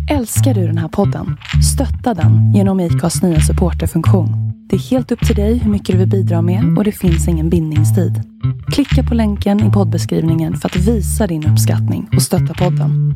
Älskar du den här podden? Stötta den genom IKAs nya supporterfunktion. Det är helt upp till dig hur mycket du vill bidra med och det finns ingen bindningstid. Klicka på länken i poddbeskrivningen för att visa din uppskattning och stötta podden.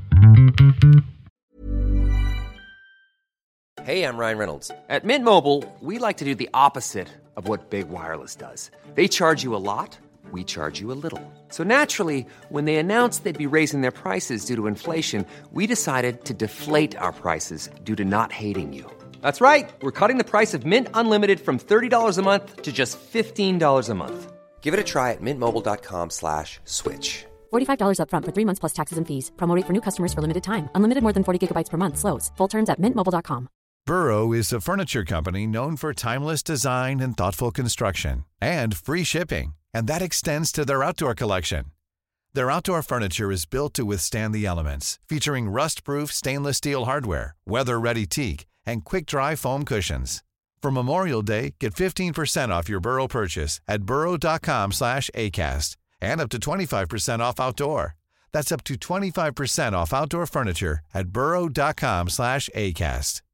Hey, I'm Ryan Reynolds. At Mint Mobile, we like to do the opposite of what Big Wireless does. They charge you a lot. We charge you a little. So naturally, when they announced they'd be raising their prices due to inflation, we decided to deflate our prices due to not hating you. That's right. We're cutting the price of Mint Unlimited from $30 a month to just $15 a month. Give it a try at mintmobile.com/switch. $45 up front for 3 months plus taxes and fees. Promo rate for new customers for limited time. Unlimited more than 40 gigabytes per month slows. Full terms at mintmobile.com. Burrow is a furniture company known for timeless design and thoughtful construction and free shipping. And that extends to their outdoor collection. Their outdoor furniture is built to withstand the elements, featuring rust-proof stainless steel hardware, weather-ready teak, and quick-dry foam cushions. For Memorial Day, get 15% off your Burrow purchase at burrow.com/acast, and up to 25% off outdoor. That's up to 25% off outdoor furniture at burrow.com/acast.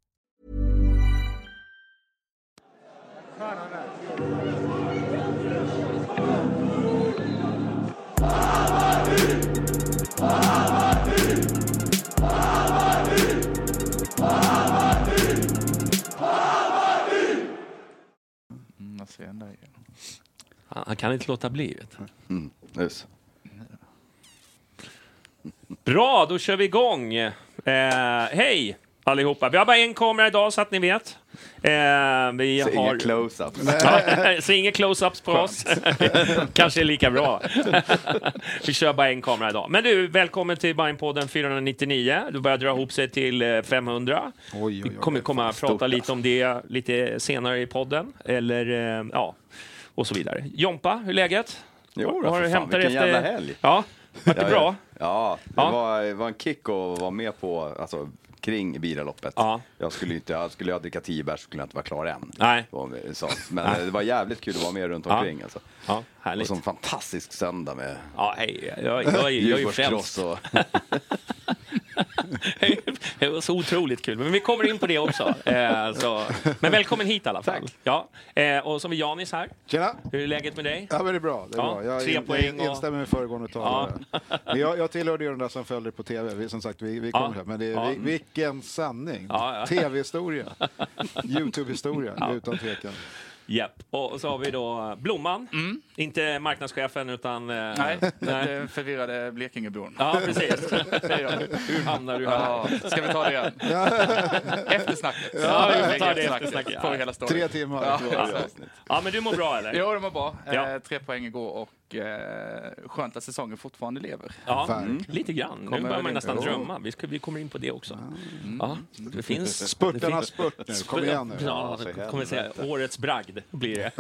Han kan inte låta bli. Yes. Bra, då kör vi igång. Hej allihopa. Vi har bara en kamera idag så att ni vet. Vi så har inga close-ups. Så inga close-ups på oss. Kanske är lika bra. Vi kör bara en kamera idag. Men du, välkommen till Bajenpodden 499. Du börjar dra ihop sig till 500. Vi kommer komma att prata lite om det lite senare i podden. Eller ja, och så vidare. Jompa, hur är läget? Jo, har du hämtat vilken efter jävla helg. Ja, var det bra? Ja, det var en kick att vara med på, alltså kring Biraloppet. Ja. Skulle jag dricka 10 bärs skulle jag inte vara klar än. Nej. Men det var jävligt kul att vara med runt omkring. Alltså. Ja, härligt. Och som fantastisk söndag med hej, jag är ju främst. Och det var så otroligt kul. Men vi kommer in på det också. Men välkommen hit i alla fall. Tack. Ja. Och som är Janis här. Tjena. Hur är läget med dig? Ja, men det är bra. Det är bra. Jag 3 poäng. Jag instämmer med föregående talare. Men jag tillhörde ju den där som följde på tv. Som sagt, vi kommer här. Men det är, vilken sanning. TV-historia. YouTube-historia, utan tvekan. Japp. Och så har vi då Blomman. Inte marknadschefen utan... Nej, förvirrade Blekingebron. Ja, precis. Hur hamnar du här? Ska vi ta det igen? Eftersnacket. Ja, vi tar det eftersnacket. På hela storyn. 3 timmar. Ja, men du mår bra, eller? Jo, det mår bra. 3 poäng igår och skönt att säsongen fortfarande lever. Ja, lite grann. Nu börjar man nästan drömma. Vi kommer in på det också. Ja, det finns... Spurtarnas spurt nu. Kom igen nu. Ja, kommer säga årets bragd blir det.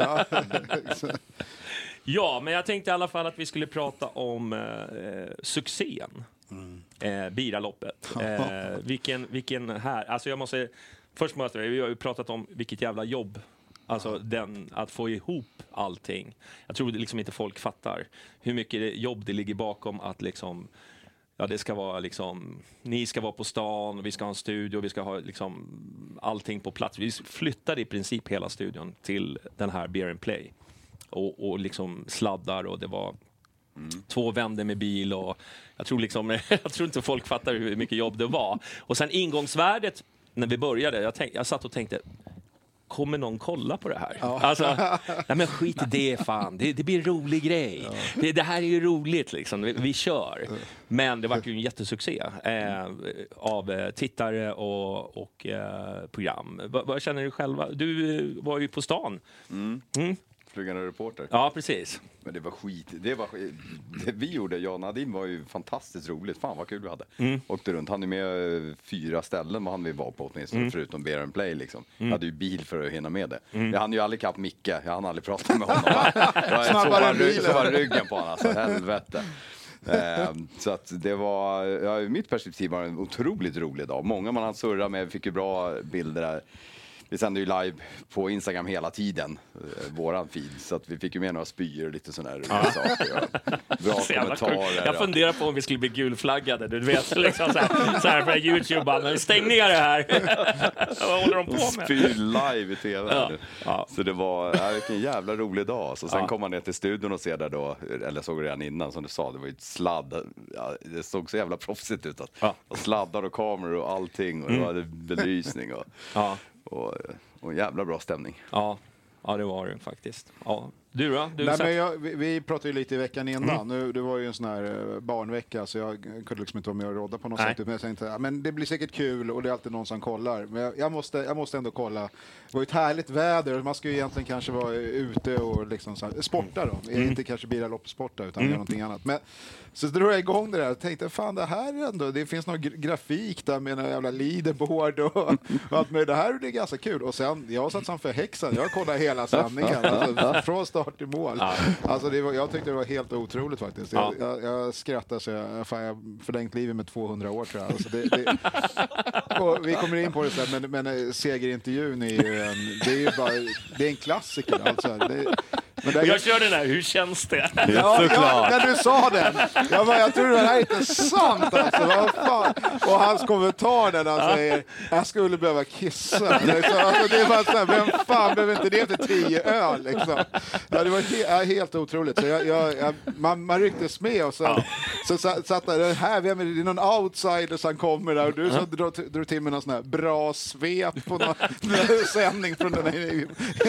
Ja, men jag tänkte i alla fall att vi skulle prata om succén. Biraloppet. Vilken här... Alltså vi har ju pratat om vilket jävla jobb. Alltså att få ihop allting. Jag tror liksom inte folk fattar hur mycket jobb det ligger bakom att liksom... Ja, det ska vara liksom... Ni ska vara på stan, vi ska ha en studio, vi ska ha liksom allting på plats. Vi flyttade i princip hela studion till den här Beer and Play. Och liksom sladdar och det var 2 vändor med bil och jag tror inte folk fattar hur mycket jobb det var. Och sen ingångsvärdet när vi började, jag satt och tänkte, kommer någon kolla på det här? Ja. Alltså, nej men skit i det fan. Det blir en rolig grej. Ja. Det här är ju roligt liksom. Vi kör. Men det var ju en jättesuccé av tittare och program. Vad känner du själva? Du var ju på stan. Flygande reporter. Ja, precis. Men det var skit. Det vi gjorde, jag och Nadim, var ju fantastiskt roligt. Fan vad kul vi hade. Åkte runt. Han är med 4 ställen vad han vill vara på åtminstone. Förutom Beer and Play liksom. Jag hade ju bil för att hinna med det. Jag hann ju aldrig kapp Micke. Jag hann aldrig prata med honom. Så var ryggen på honom. Alltså, helvete. Så att det var, mitt perspektiv var en otroligt rolig dag. Många man hann surra med, fick ju bra bilder där. vi sände ju live på Instagram hela tiden, våran feed, så att vi fick ju med några spyor och lite sådana här saker. Bra kommentarer. Jag funderar på om vi skulle bli gulflaggade, du vet, liksom så här för YouTube, stängningar det här. Vad håller de på med? Spyr live i tv. Ja. Så det var vilken jävla rolig dag. Så sen kom man ner till studion och se där då, eller såg redan innan som du sa, det var ju ett sladd. Ja, det såg så jävla proffsigt ut. Och sladdar och kameror och allting, och det var belysning och en jävla bra stämning. Ja, det var det faktiskt. Ja. Du då? Vi pratade ju lite i veckan innan. Nu, det var ju en sån här barnvecka, så jag kunde liksom inte vara med och råda på något sätt. Men jag tänkte, men det blir säkert kul och det är alltid någon som kollar. Men jag måste ändå kolla. Det var ju ett härligt väder. Man ska ju egentligen kanske vara ute och liksom så här, sporta då. Inte kanske bilaloppsporta utan göra någonting annat. Men så drog jag igång det där och tänkte, fan det här ändå, det finns någon grafik där med en jävla leaderboard och allt med det här, och det är ganska kul. Och sen, jag satt som för häxan, jag kollade hela sändningen, alltså, från start till mål. Alltså jag tyckte det var helt otroligt faktiskt. Jag skrattade så jag förlängt livet med 200 år tror jag. Alltså och vi kommer in på det sen, men segerintervjun är ju det är en klassiker alltså. Jag kör den här, hur känns det? Ja, när du sa den. Jag tror det här är inte sant alltså. Vad fan? Och hans kommentar när han säger, jag skulle behöva kissa. Alltså, det var så här, vem fan behöver inte det efter 10 öl liksom? Ja, det var helt otroligt. Så man rycktes med och så satt där, här, vem är det? Det är någon outsider som kommer där och du så drog till med någon sån här bra svep på någon sändning från den här.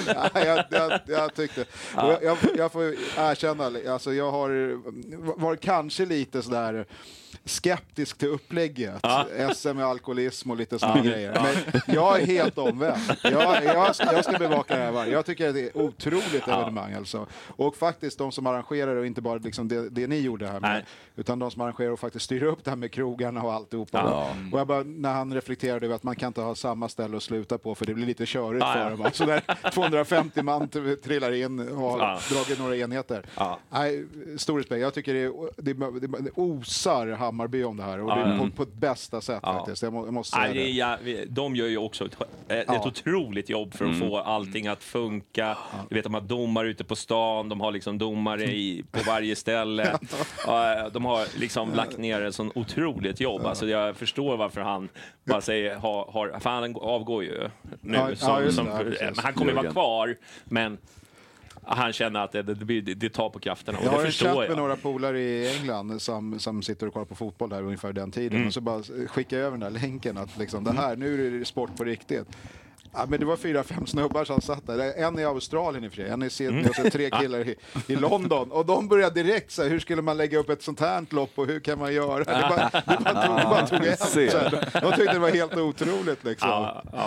Jag tyckte. Jag får erkänna, alltså jag har varit kanske lite sådär skeptisk till upplägget. SM med alkoholism och lite sådana grejer. Men jag är helt omvänd. Jag ska bevaka det här. Jag tycker att det är otroligt evenemang alltså. Och faktiskt de som arrangerar, och inte bara liksom det ni gjorde här med, utan de som arrangerar och faktiskt styr upp det här med krogarna och alltihopa. Och jag bara, när han reflekterade över att man kan inte ha samma ställe att sluta på för det blir lite körigt för dem. Så där 250 man trillar in och har dragit några enheter. Nej, stor respekt. Jag tycker det osar Hammarby om det här, och det är på ett bästa sätt faktiskt. Jag måste säga det. De gör ju också ett otroligt jobb för att få allting att funka. Du vet, de har domare ute på stan, de har liksom domare på varje ställe. De har liksom lagt ner ett sånt otroligt jobb. Alltså jag förstår varför han bara säger för han avgår ju nu. Han kommer vara kvar, men han känner att det tar på krafterna. Och jag har en chatt med några polare i England som sitter och kollar på fotboll där ungefär den tiden. Och så bara skickar jag över den där länken att liksom, det här, nu är det sport på riktigt. Ja, men det var 4-5 snubbar som satt där. En i Australien i och för sig, en i Sydney och så 3 killar i London. Och de började direkt så här, hur skulle man lägga upp ett sånt här lopp och hur kan man göra? Det bara tog de tyckte det var helt otroligt liksom.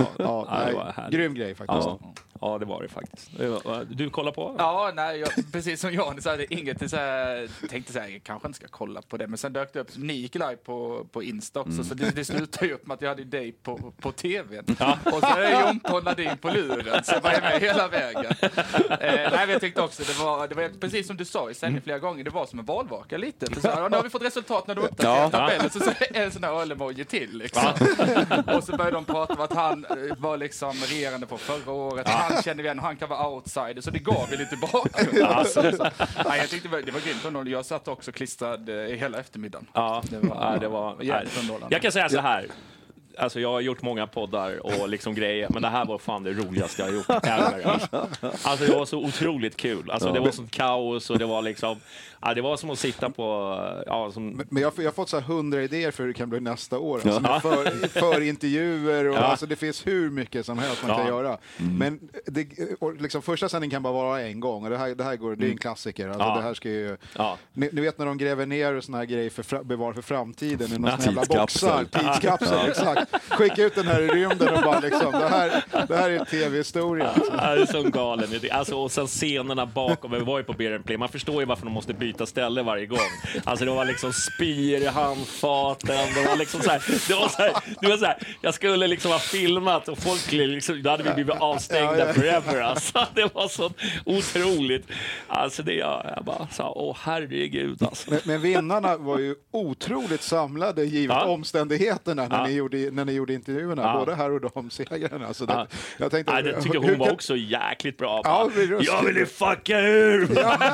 Grym grej faktiskt. Ja, det var det faktiskt. Du kollar på? Ja, nej, precis som Jan sa, det inget så här, tänkte så här, jag kanske inte ska kolla på det, men sen dök det upp, ni gick live på Insta också, så det slutade ju upp med att jag hade dig på tv. Och så är det John på Nadine på luren, så var jag med hela vägen. Nej, jag tyckte också, det var precis som du sa i sändning flera gånger, det var som en valvaka lite. För så här, nu har vi fått resultat när du uppdaterar tabellen, så är en sån här öl-emoji till liksom. Och så började de prata om att han var liksom regerande på förra året. Han kände vi igen, han kan vara outsider, så det gav vi lite bakgrund. Jag tyckte det var grymt. Jag satt också klistrad hela eftermiddagen. Det var jag kan säga så här. Alltså jag har gjort många poddar och liksom grejer, men det här var fan det roligaste jag har gjort ever. Alltså det var så otroligt kul. Alltså det var sånt kaos och det var liksom, det var som att sitta på Men jag har fått så här 100 idéer för hur det kan bli nästa år. Alltså för intervjuer och alltså det finns hur mycket som helst man kan göra. Men det, liksom första sändningen kan bara vara en gång, och det här går, det är en klassiker. Alltså det här ska ju ni vet när de gräver ner såna här grejer för bevar för framtiden i några jävla boxar, tidskapsel, exakt. Skicka ut den här i rymden och bara liksom, det här är tv-historia. Alltså. Det är så galen. Alltså, och sen scenerna bakom, vi var ju på Beer & Play, man förstår ju varför de måste byta ställe varje gång. Alltså det var liksom spyr i handfaten, det var liksom så här, jag skulle liksom ha filmat och folk liksom, då hade vi blivit avstängda forever. Alltså det var så otroligt. Alltså det jag bara sa, herregud alltså. Men vinnarna var ju otroligt samlade givet omständigheterna när när ni gjorde intervjuerna, både här och de segrarna. Alltså jag tänkte, det tyckte hon var också jäkligt bra. Ja, jag vill ju fucka ur!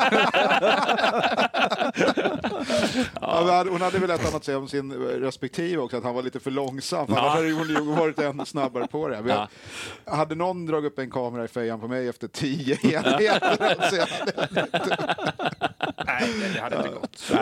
Hon hade väl ett annat att säga om sin respektive också, att han var lite för långsam. Annars hade hon ju varit ännu snabbare på det. Hade någon dragit upp en kamera i fejan på mig efter 10 enheter? Nej, det hade inte gått.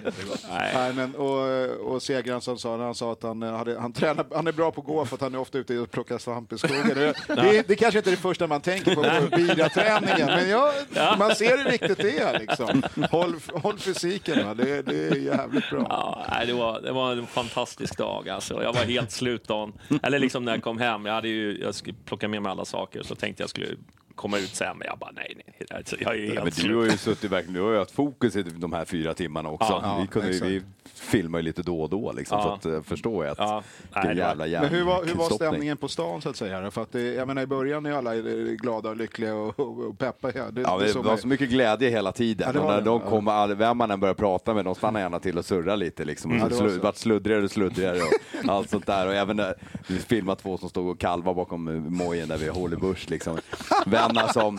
Nej, men, och segraren som sa, när han sa att han är bra på att gå för att han är ofta ute och plockar svamp i skogen. Det kanske inte är det första man tänker på biraträningen, men man ser hur viktigt det är. Liksom. Håll fysiken, va? Det är jävligt bra. Ja, det var en fantastisk dag. Alltså. Jag var helt slut dagen. Eller liksom när jag kom hem, jag skulle plocka med mig alla saker, så tänkte jag skulle komma ut sen, men jag bara nej. Jag är helt men du har ju suttit verkligen, du har ju haft fokus i de här 4 timmarna också. Vi filmar ju lite då och då liksom, så att förstå att det är jävla men hur var stämningen på stan, så att säga? För att jag menar, i början är alla glada och lyckliga och peppa. Det var så mycket glädje hela tiden. Och när de kommer, vem man än börjar prata med, de stannar gärna till och surrar lite liksom. Vart sluddrigare och allt sånt där. Och även när vi filmade 2 som stod och kalva bakom mojen där vid Holy Bush liksom. Vänner som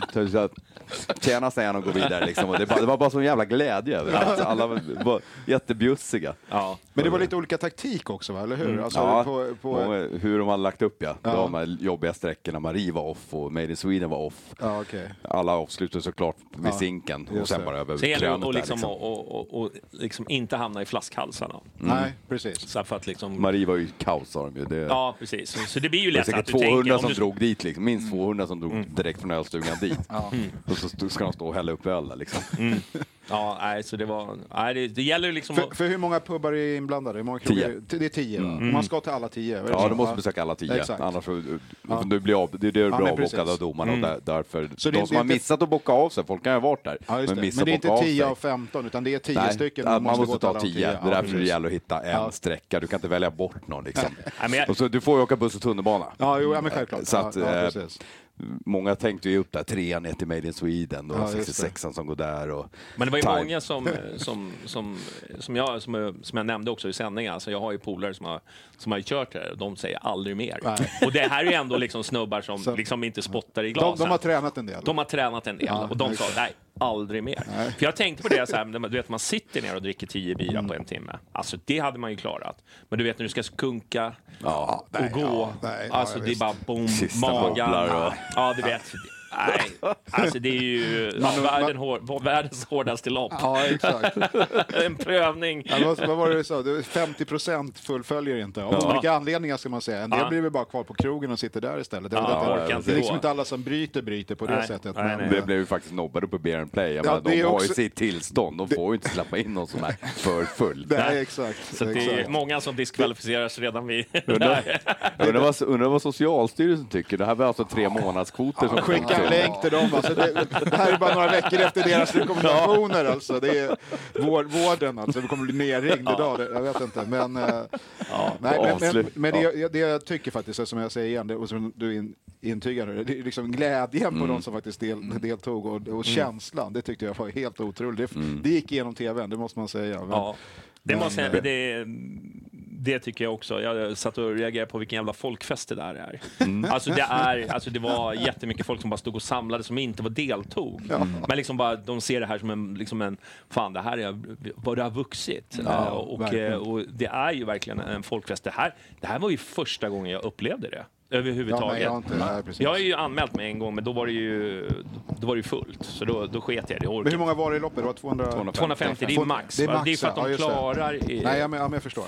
tjänar sig och går vidare liksom. Och det var bara sån jävla glädje över att alla var jättebjussiga. Ja. Men det var lite olika taktik också, va? Eller hur? Alltså, på hur de hade lagt upp, de här jobbiga sträckorna. Marie var off och Made in Sweden var off. Okay. Alla avslutade såklart vid sinken och sen bara över krönet och liksom, och liksom inte hamna i flaskhalsarna. Nej, precis. Så för att liksom... Marie var ju kaos, sa de ju. Ja, precis. Så det blir ju lätt att du 200 tänker... som drog dit, liksom. Minst 200 som drog direkt från ölstugan dit. Och så ska de stå och hälla upp öl där, liksom. Ja, nej, så det var... Nej, det gäller ju liksom... För hur många pubbar är inblandade? Hur många 10. Det är 10, va? Man ska till alla 10. Ja, du måste besöka alla 10. Exakt. Annars du blir av. Det är det bra bockade av domarna. Och därför, så de som har missat att bocka av sig, folk kan ju ha varit där. Ja, men det är inte 10 av 15, utan det är 10 stycken. Man måste ta 10. Det är därför det gäller att hitta en sträcka. Du kan inte välja bort någon, liksom. Och så, du får ju åka buss och tunnelbana. Ja, men självklart. Så att... Många tänkte ju upp där 3 ner till Made in Sweden och 66an som går där. Och men det var ju många som jag nämnde också i sändningen. Alltså jag har ju polare som har kört det och de säger aldrig mer. Och det här är ju ändå liksom snubbar som liksom inte spottar i glasen. De har tränat en del. De har tränat en del och de sa nej, aldrig mer. För jag tänkte på det så här, du vet, man sitter ner och dricker 10 bira på en timme. Alltså det hade man ju klarat. Men du vet när du ska skunka och gå. Alltså det är bara boom, magen. Ja, du vet. Nej, alltså det är ju världens hårdaste lopp. Ja, exakt. En prövning. Ja, vad var det du sa? 50% fullföljer inte. Av olika anledningar ska man säga. En del blir väl bara kvar på krogen och sitter där istället. Det är liksom inte alla som bryter på det sättet. Nej. Det blev ju faktiskt nobbade på Beer and Play. De har ju sitt tillstånd. De får ju inte släppa in någon som är för full. Nej, exakt. Så det är många som diskvalificeras redan vid... Undrar vad Socialstyrelsen tycker. Det här var alltså 3 månadskvoter som skicka en länk till dem. Alltså det här är bara några veckor efter deras rekommendationer. Alltså. Det är vården. Alltså. Det kommer bli nerringd idag. Jag vet inte. Men, men det jag tycker faktiskt, som jag säger igen, och som du intygar, det är liksom glädjen på de som faktiskt deltog och känslan. Det tyckte jag var helt otroligt. Det gick igenom tvn, det måste man säga. Men, det tycker jag också. Jag satt och reagerade på vilken jävla folkfest det där är. Alltså det var jättemycket folk som bara stod och samlade som inte deltog. Men liksom bara, de ser det här som en fan, det här är vad det har vuxit. Och det är ju verkligen en folkfest. Det här var ju första gågen jag upplevde det. Överhuvudtaget. Jag har ju anmält mig en gång, men då var det ju fullt. Så då sket jag det. Men hur många var det i loppet? Det var 250, det är max. Det är för att de klarar... Nej, jag förstår.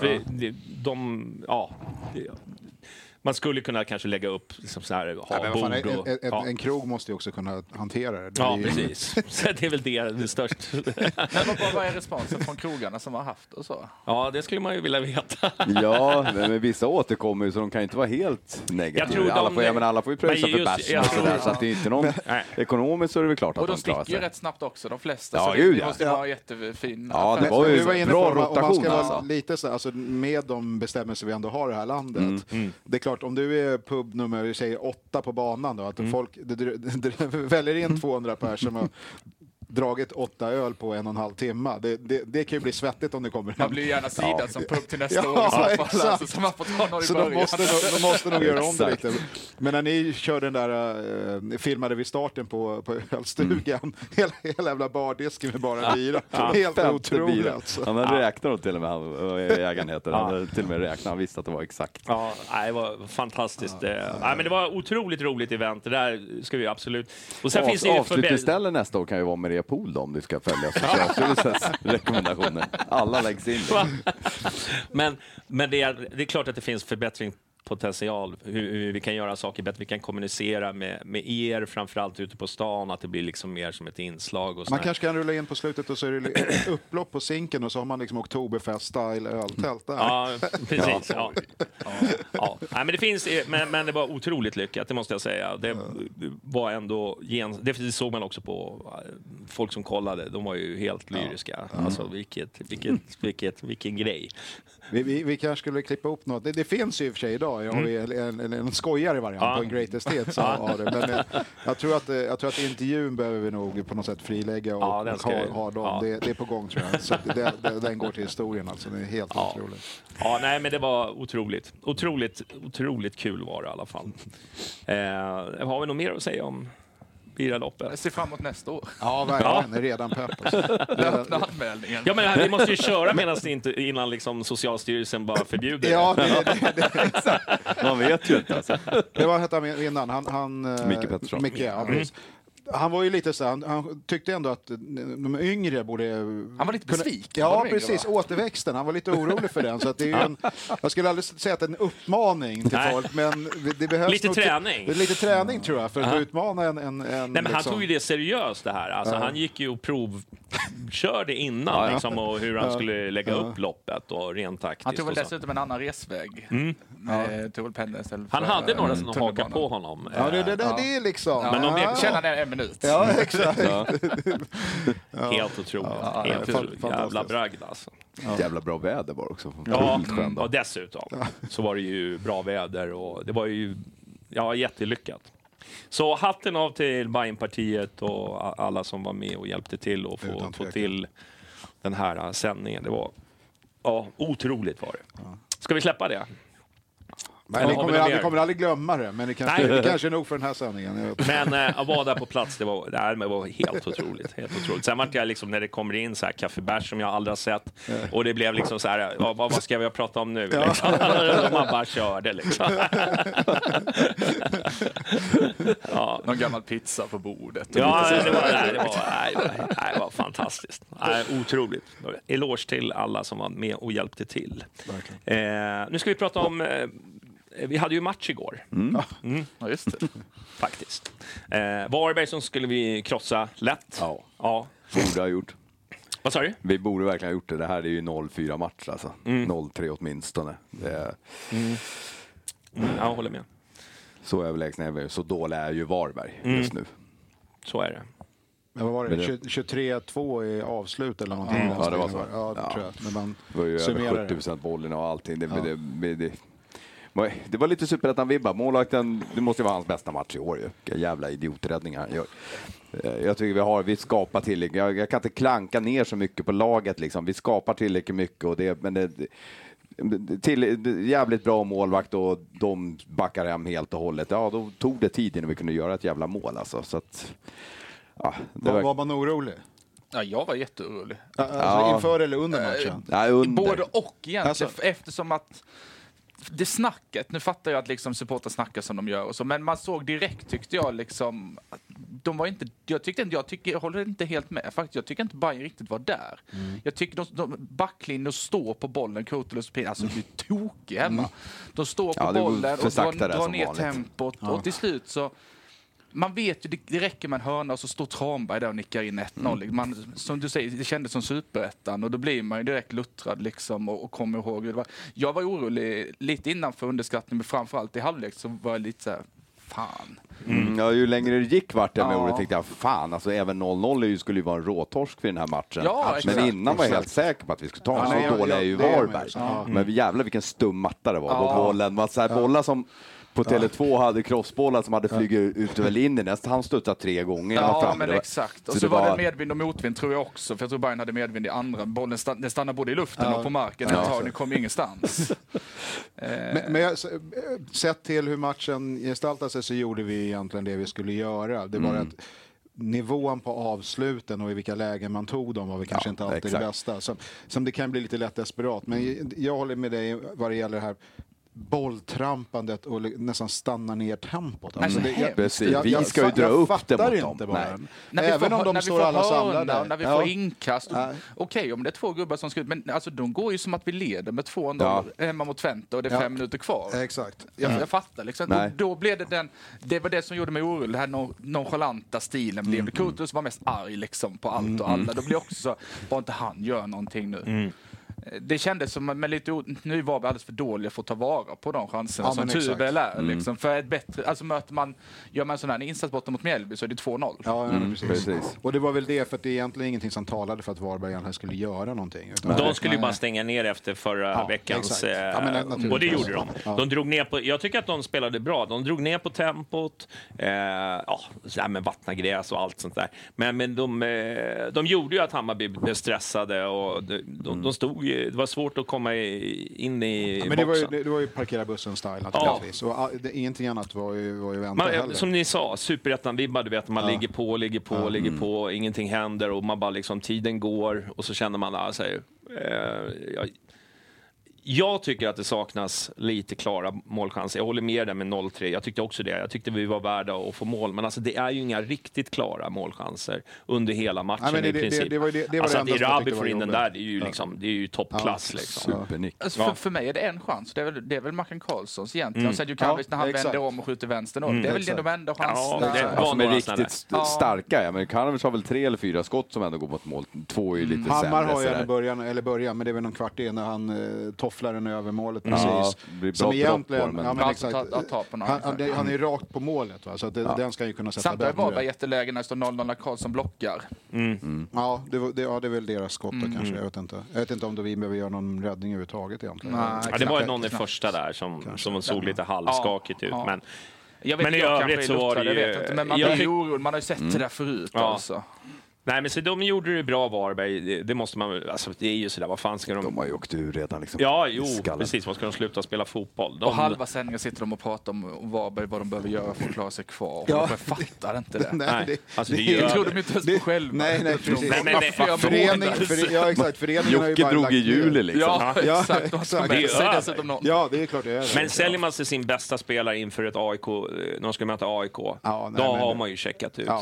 Man skulle kunna kanske lägga upp liksom så här, bord. En krog måste ju också kunna hantera det. Ja, precis. Så det är väl det störst. Vad är responsen från krogarna som har haft och så? Ja, det skulle man ju vilja veta. Ja, men vissa återkommer ju så de kan inte vara helt negativa. Alla får ju pröjsa för bärsen och sådär. Så att det är inte någon... Ekonomiskt så är det väl klart att de klarar sig. Och de sticker ju rätt snabbt också, de flesta. Ja, så det måste vara jättefin. Ja, det var ju en bra rotation. Om man ska vara lite så, alltså, med de bestämmelser vi ändå har i det här landet. Det är klart, om du är pubnummer, vi säger 8 på banan då, att folk väljer in 200 personer dragit 8 öl på 1,5 timme. Det kan ju bli svettigt om det kommer Man blir gärna sidad som pub till nästa år. Ja, I så fall. Alltså, så man får ta någon i så början. de måste nog göra om det lite. Men när ni körde den där, filmade vid starten på ölstugan, hela jävla bardisken med bara bira. Helt otroligt alltså. Han hade räknat till och med, ägaren heter. Han hade till och med räknat, han visste att det var exakt. Ja, det var fantastiskt. Men det var otroligt roligt event. Det där ska vi absolut... Och sen finns det ju avslutningsställen nästa år kan ju vara med Pool då, om du ska följa Socialstyrelsens rekommendationer. Alla läggs in. Men det är klart att det finns förbättringspotential, hur vi kan göra saker bättre, vi kan kommunicera med er framförallt ute på stan, att det blir liksom mer som ett inslag. Och man kanske kan rulla in på slutet och så är det upplopp på Zinken och så har man liksom Oktoberfest-style öltält där. Ja, precis. Ja. Nej, men det finns, men det var otroligt lyckat, det måste jag säga. Det var ändå, det såg man också på folk som kollade, de var ju helt lyriska. Alltså vilken grej. Vi kanske skulle klippa upp något. Det finns ju i och för sig idag. Jag har en skojare variant på en Greatest Hits av det. Men jag tror att intervjun behöver vi nog på något sätt frilägga och ha dem. Ja. Det är på gång, tror jag. Så den går till historien. Alltså. Det är helt otroligt. Ja, nej, men det var otroligt. Otroligt kul var det i alla fall. Har vi något mer att säga om Biraloppet? Jag ser fram emot nästa år. Ja, verkligen. Det är redan pepp. Alltså. Öppna anmälningen. Ja, men vi måste ju köra innan liksom Socialstyrelsen bara förbjuder. Ja, det exakt. Man vet ju inte. Alltså. Det var hette han innan. Micke Pettersson. Micke, ja, precis. Han var ju lite så han tyckte ändå att de yngre borde... Han var lite besviken. Ja, precis. Återväxten. Han var lite orolig för den. Så att det är ju jag skulle aldrig säga att det är en uppmaning till folk, men det behövs lite träning. Lite träning, tror jag, för att utmana en Nej, men han tog ju det seriöst det här. Alltså, han gick ju och provkörde innan liksom, och hur han skulle lägga upp loppet och rent taktiskt. Han tog väl dessutom en annan resväg. Tog väl pendeln istället för, han hade några som hakade på honom. Ja, det är liksom... Men de känner det en minut. Ja, exakt. Helt otroligt. Helt otroligt. Jävla bragd alltså. Jävla bra väder var också. Och dessutom så var det ju bra väder och det var ju jättelyckat. Så hatten av till Bajenpartiet och alla som var med och hjälpte till och få till den här sändningen. Det var otroligt var det. Ska vi släppa det? Men vi kommer aldrig glömma det, men det kanske är nog för den här sändningen. Men att vara där på plats, det var helt otroligt. Helt otroligt. Sen var jag liksom, när det kommer in så här kaffebärs som jag aldrig har sett, och det blev liksom så här, vad ska vi prata om nu? Liksom. Man bara körde liksom. Någon gammal pizza på bordet. Ja, det var fantastiskt. Otroligt. Eloge till alla som var med och hjälpte till. Nu ska vi prata om... Vi hade ju match igår. Ja, just det. Faktiskt. Varberg som skulle vi krossa lätt. Ja. Borde ha gjort. Vad sa du? Vi borde verkligen ha gjort det. Det här är ju 0-4 match alltså. 0-3 åtminstone. Jag håller med. Så överlägsna är vi. Så dåliga är ju Varberg just nu. Så är det. Men vad var det? 23-2 i avslut eller någonting? Ja, det var så. Ja, tror jag. Men man det var ju över 70% bollen och allting. Det var lite superettan-vibbar. Målvakten, det måste ju vara hans bästa match i år. Vilka jävla idioträddningar han gör. Jag tycker vi skapar tillräckligt. Jag kan inte klanka ner så mycket på laget. Liksom. Vi skapar tillräckligt mycket. Och jävligt bra målvakt och de backar hem helt och hållet. Ja, då tog det tid innan vi kunde göra ett jävla mål. Alltså. Så att, var man orolig? Ja, jag var jätteorolig. Alltså inför eller under matchen? Både och egentligen. Alltså, eftersom att det snacket, nu fattar jag att liksom supportrar snackar som de gör och så, men man såg direkt, tyckte jag liksom, att de var inte, jag håller inte helt med faktiskt. Jag tycker inte Bayern riktigt var där. Jag tycker de backlinjen står på bollen, Kurtulus och Pin, alltså det är tokig hemma. De står på bollen och drar ner tempot och till slut så man vet ju, det räcker med en hörna och så står Tranberg där och nickar in 1-0. Som du säger, det kändes som superettan och då blir man ju direkt luttrad liksom och kommer ihåg. Jag var orolig lite innan för underskattning, men framförallt i halvlek så var jag lite så här, fan. Ja, ju längre det gick vart jag med ordet tänkte jag, fan, alltså även 0-0 skulle ju vara en råtorsk för den här matchen. Ja, men innan var jag helt säker på att vi skulle ta en så dålig är ju Varberg. Men jävlar vilken stum matta det var på bollen. Man så här, bollar som på Tele2 hade crossbollar som hade flugit ut över linjen. Han studsade 3 gånger. Ja, men exakt. Och så var det medvind och motvind tror jag också. För jag tror Bayern hade medvind i andra. Bollen stannade både i luften och på marken. Den kom ingenstans. Men sett till hur matchen gestaltade sig så gjorde vi egentligen det vi skulle göra. Det var att nivån på avsluten och i vilka lägen man tog dem var vi kanske inte alltid det bästa. Som det kan bli lite lätt desperat. Men jag håller med dig vad det gäller det här bolltrampandet och nästan stanna ner tempot. Alltså vi ska ju dra upp det mot dem. Även om de står alla samlade. När vi får inkast. Okej, om det är 2 gubbar som ska ut. Men alltså, de går ju som att vi leder med 2-0 hemma mot Twente och det är 5 minuter kvar. Exakt. Jag fattar liksom. Då blev det det var det som gjorde mig orolig. Det här nonchalanta stilen blev det. Kurtus var mest arg liksom på allt och alla. Då blir också så, bara inte han gör någonting nu. Det kändes som med lite nu var vi alldeles för dåliga för att ta vara på de chanserna som tur väl är liksom. För ett bättre, alltså gör man en sån här insats borta mot Mjällby så är det 2-0. Ja, precis. Och det var väl det, för att det är egentligen ingenting som talade för att Varberg egentligen skulle göra någonting. De skulle ju bara stänga ner efter förra veckans och det gjorde de. De drog ner på, jag tycker att de spelade bra. De drog ner på tempot, med vattna gräs och allt sånt där. Men de gjorde ju att Hammarby blev stressade och de stod det var svårt att komma in i men boxen. Det var ju parkera bussen-style naturligtvis. Och ingenting annat var ju väntat heller. Som ni sa, Superettan-vibbar, du vet, man ligger på, ingenting händer och man bara liksom, tiden går och så känner man jag tycker att det saknas lite klara målchanser. Jag håller med där med 0-3. Jag tyckte också det. Jag tyckte vi var värda att få mål. Men alltså, det är ju inga riktigt klara målchanser under hela matchen i princip. Det var alltså att Irabi får in den där, det är ju, liksom, det är ju toppklass. Liksom. Alltså, för mig är det en chans. Det är väl Marken Karlssons egentligen. Och Sergio Canvis när han vänder om och skjuter vänster. Det är väl de enda chanserna. Som är riktigt starka. Men Canvis har väl 3 eller 4 skott som ändå går mot mål. 2 är ju lite sämre. Hammar har ju början, men det är väl någon kvart in när han tofflar den över målet precis. Som egentligen han är ju rakt på målet, va? Så att den ska ju kunna sätta. Samtidigt var det jätteläge när det står 0-0 när Karlsson blockar. Ja, det är väl deras skott kanske. Jag vet inte om vi behöver göra någon räddning överhuvudtaget egentligen. Det var någon i första där som såg lite halvskakigt ut, men i övrigt så var det ju... Men man blir orolig, man har ju sett det där förut alltså. Nej, men så de gjorde det bra, Varberg. Det måste man, alltså det är ju sådär, vad fan ska de... De har ju åkt ur redan liksom. Ja, precis. Vad ska de sluta spela fotboll? Och halva sändningen sitter de och pratar om Varberg, vad de behöver göra för att klara sig kvar. Och jag fattar inte det. Nej, alltså det tror de inte ens på själva. Nej, precis. Föreningen Jocke drog i juli liksom. Ja, exakt. Ja, det är klart det är. Men säljer man sig sin bästa spelare inför ett AIK, när de ska möta AIK, då har man ju checkat ut.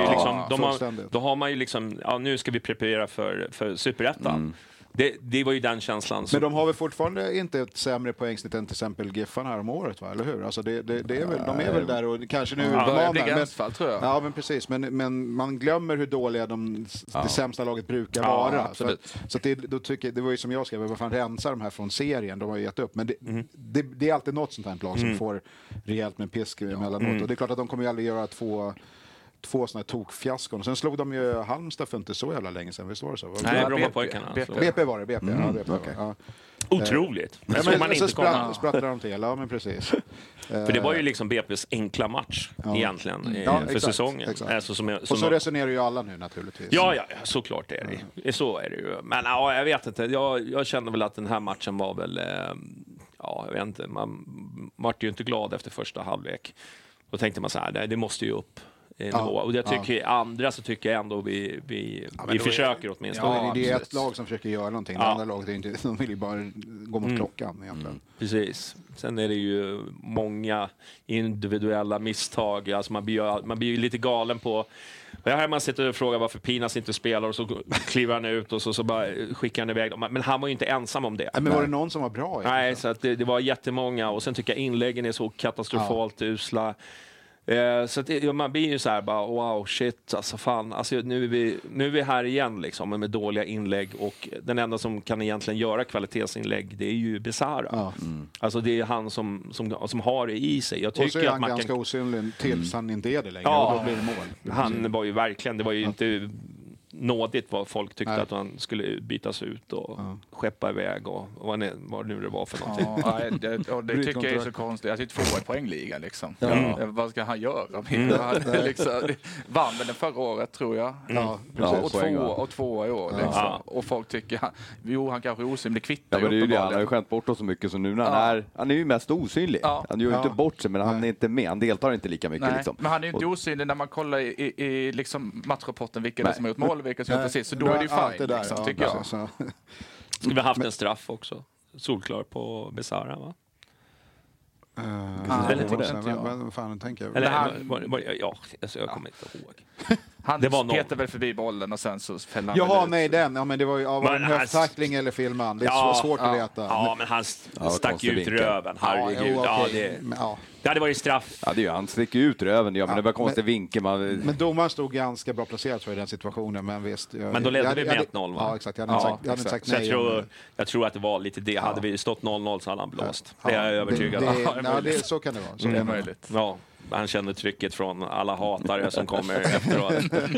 Då har man ju liksom, nu ska vi preparera för Superettan. Det var ju den känslan. Men de har väl fortfarande inte ett sämre poängsnitt än till exempel Giffan här om året, va? Eller hur? Alltså det är väl, de är väl där och kanske nu gränsfall, tror jag. Ja, men precis. Men man glömmer hur dåliga det sämsta laget brukar vara. Så då tycker jag, det var ju som jag skrev, vad fan rensa de här från serien, de har ju gett upp. Men det är alltid något sånt här lag som får rejält med pisk emellanåt. Och det är klart att de kommer ju aldrig göra två såna här tokfiaskon. Och sen slog de ju Halmstad för inte så jävla länge sedan. Visst var det så? Nej, Brommapojkarna. BP var det. BP. Okay. Otroligt. Så sprattlade de till. Ja, men precis. För det var ju liksom BPs enkla match egentligen för exakt, säsongen. Exakt. Alltså, och så resonerar ju alla nu naturligtvis. Ja, såklart är det. Så är det ju. Men jag vet inte. Jag kände väl att den här matchen var väl... jag vet inte. Man var ju inte glad efter första halvlek. Då tänkte man så här, det måste ju upp. Och jag tycker så tycker jag ändå vi försöker åtminstone. Ja, det är ett lag som försöker göra någonting. Det andra laget är inte, de vill ju bara gå mot klockan egentligen. Precis. Sen är det ju många individuella misstag. Alltså man blir ju lite galen på. Jag har man sitter och frågar varför Pinas inte spelar och så kliver han ut och så bara skickar han iväg dem. Men han var ju inte ensam om det. Men var det någon som var bra? Nej, så att det var jättemånga. Och sen tycker jag inläggen är så katastrofalt usla. Så att man blir ju så här bara wow shit alltså fan alltså nu är vi här igen liksom med dåliga inlägg och den enda som kan egentligen göra kvalitetsinlägg det är ju Besara. Alltså det är han som har det i sig. Jag tycker och så är han att man ganska osynlig tills han inte är det längre och då blir det mål. Han var ju verkligen det var ju inte nådigt vad folk tyckte att han skulle bytas ut och skeppa iväg och vad nu det var för någonting. Det tycker jag är så konstigt. Jag tyckte 2 i poängligan liksom. Vad ska han göra? Liksom, vann väl den förra året tror jag. Och 2 i år. Liksom. Och folk tycker han kanske är osynlig. Det kvittar men det är ju det. Han har ju skämt bort oss så mycket så nu när han är ju mest osynlig. Han gör ju inte bort sig, men han är inte med. Han deltar inte lika mycket. Liksom. Men han är ju inte osynlig när man kollar i liksom matchrapporten vilka det som har gjort mål och vilka som har gjort precis. Så då är det ju fine, liksom, tycker jag. Skulle vi haft en straff också? Solklar på Besara, va? Vad fan tänker jag? Jag kommer inte ihåg. Han petade väl förbi bollen och sen så fällde han men det var ju av en höfttackling eller filman. Det är så svårt att leta. Ja, men han stack ut röven. Herregud. Det hade varit straff. Ja, det är ju, han sticker ut röven. Men det var konstig vinkel. Men domaren stod ganska bra placerad för i den situationen. Men visst. Men då ledde vi med 1-0, va? Ja, exakt. Jag hade inte sagt nej. Jag tror att det var lite det. Hade vi stått 0-0 så hade han blåst. Det är jag övertygad om. Så kan det vara. Det är möjligt. Ja. Han kände trycket från alla hatare som kommer efteråt.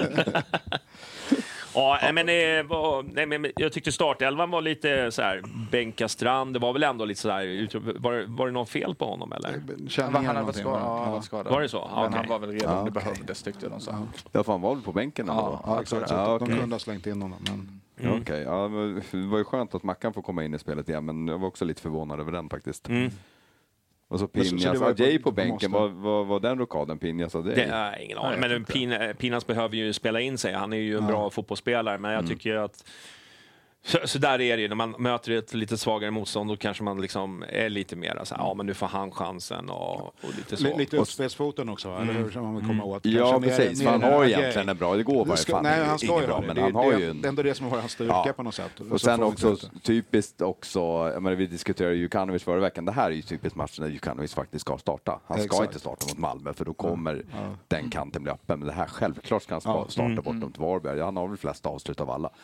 Men jag tyckte startelvan var lite så här bänkastrand. Det var väl ändå lite så där. Var det någon fel på honom eller? Han hade varit skadad. Var det så? Men han var väl redan det behövdes tyckte de så. Ja, fan var väl på bänken ändå. Ja, exakt. De kunde ha slängt in honom. Okej, det var ju skönt att Mackan får komma in i spelet igen, men jag var också lite förvånad över den faktiskt. Och så Pinjas, Jay på bänken, var den rokaden Pinjas? Det är ingen aning, men Pinjas behöver ju spela in sig. Han är ju en bra fotbollsspelare, men jag tycker att så där är det ju, när man möter ett lite svagare motstånd då kanske man liksom är lite mer så här, men nu får han chansen och lite så. Lite uppspelsfoten också, eller hur som man vill komma åt. Ja, precis. Han har egentligen en bra, det går bara fan. Nej, han ska ju bra, men han har ju det är ändå det som har hans styrka på något sätt. Och sen också typiskt också, jag menar, vi diskuterade Jukanovic förra veckan. Det här är ju typiskt matchen där Jukanovic faktiskt ska starta. Han ska inte starta mot Malmö för då kommer den kanten bli öppen. Men det här självklart ska han starta bortom till Varberg. Han har väl flest avslut av alla.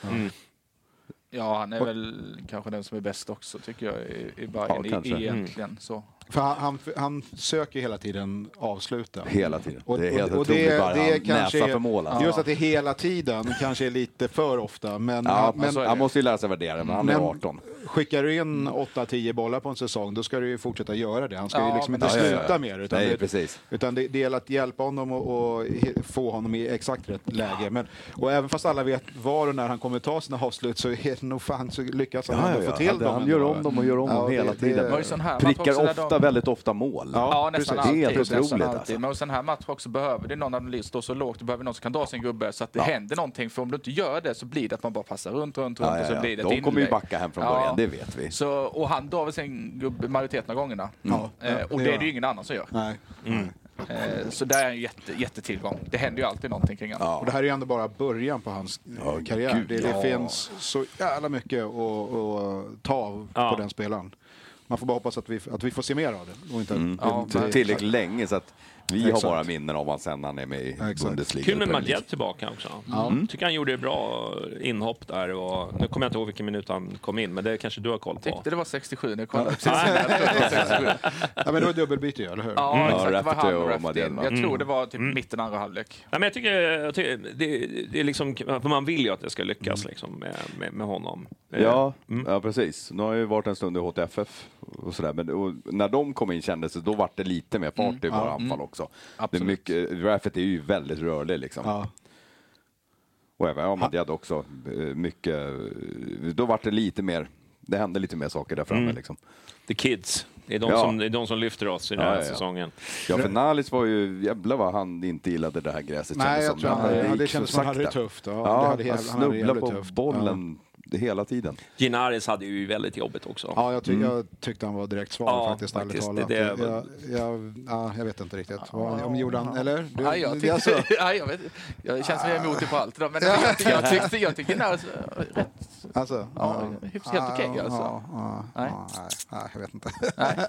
Ja, han är väl kanske den som är bäst också tycker jag i Bayern egentligen så. För han söker hela tiden avsluta. Hela tiden. Och det är helt otroligt bara han näsa för mål. Just att det hela tiden kanske är lite för ofta. Men han måste ju lära sig värdera, men han är 18. Skickar du in 8-10 bollar på en säsong, då ska du ju fortsätta göra det. Han ska ju liksom inte sluta mer. Utan precis. Utan det gäller att hjälpa honom och få honom i exakt rätt läge. Och även fast alla vet var och när han kommer ta sina avslut så är det nog fan så lyckas han få till dem. Han gör om dem och gör om dem hela tiden. Prickar väldigt ofta mål. Ja, nästan alltid. Det är helt otroligt. Alltså. Men sån här match också behöver det någon analys står så lågt. Du behöver någon som kan dra sin gubbe så att det händer någonting. För om du inte gör det så blir det att man bara passar runt och så blir det ett inlägg. De kommer ju backa hem från början, det vet vi. Så, och han drar väl sin gubbe majoriteten av gångerna. Och det är det ju ingen annan som gör. Nej. Så det är en jättetillgång. Det händer ju alltid någonting kring honom. Och det här är ju ändå bara början på hans karriär. Det finns så jävla mycket att ta av på den spelaren. Man får bara hoppas att vi får se mer av det. Och inte tillräckligt länge så att vi har bara minnen av att sen han är med i Bundesliga. Kul med Madjed tillbaka också. Tycker han gjorde bra inhopp där. Och nu kommer jag inte ihåg vilken minut han kom in, men det kanske du har koll på. Tyckte det var 67 när jag kollade. Men det var dubbelbyte, eller hur? Ja, exakt. Det var han och jag tror det var typ mitten andra halvlek. Nej, men jag tycker det är liksom, för man vill ju att det ska lyckas liksom, med honom. Ja, precis. Nu har jag ju varit en stund i HTFF och sådär, men när de kom in kändes det, då var det lite mer fart i våra anfall också. Det är mycket, Raffet är ju väldigt rörlig liksom. Och även Madjed också mycket, då var det lite mer, det hände lite mer saker där framme liksom. The kids. Det är de som lyfter oss i den här säsongen. Ja, för Nalis var ju, jävlar vad han inte gillade det här gräset. Nej, jag tror det kändes som han hade det tufft. Han snubblade på bollen hela tiden. Ginaris hade ju väldigt jobbigt också. Ja, jag tyckte han var direkt svag faktiskt. Jag vet inte riktigt. Om Jordan, eller? Jag vet. Jag känns som jag är emot det på allt. Men jag tycker Ginaris rätt. Alltså, helt okej alltså. Nej, jag vet inte.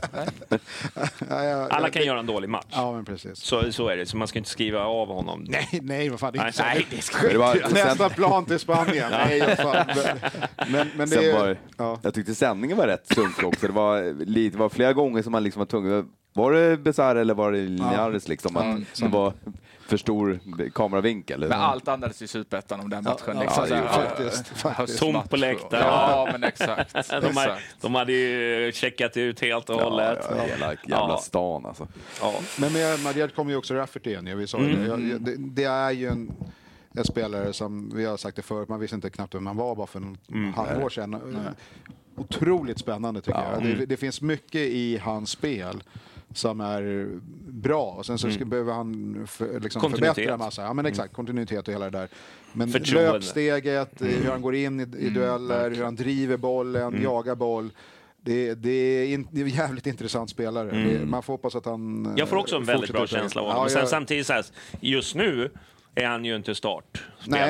Alla kan göra en dålig match. Ja, men precis. Så är det. Så man ska inte skriva av honom. Nej, vad fan. Nej, det ska inte. Nästa plan till Spanien. Nej, fan. Men det jag tyckte sändningen var rätt sunkig också. Det var flera gånger som man liksom var tvungen. Var det Besar eller var det Linares liksom? Att det var för stor kameravinkel? Men allt andades i Superettan om den matchen. Faktiskt. Tomt på läktaren. Ja, men exakt. De hade ju checkat ut helt och hållet. Hela jävla stan alltså. Ja. Men med Madjad kommer ju också Rafferty igen. Vi sa det är ju en spelare som, vi har sagt det förut, man visste inte knappt vem man var bara för en halvår sedan. Otroligt spännande tycker jag. Det finns mycket i hans spel som är bra. Och sen så behöver han förbättra en massa. Ja, men exakt. Kontinuitet och hela det där. Men löpsteget, hur han går in i dueller, hur han driver bollen, jagar boll. Det är en jävligt intressant spelare. Man får hoppas att han... Jag får också en väldigt bra känsla av honom. Sen samtidigt så här, just nu är han ju inte start.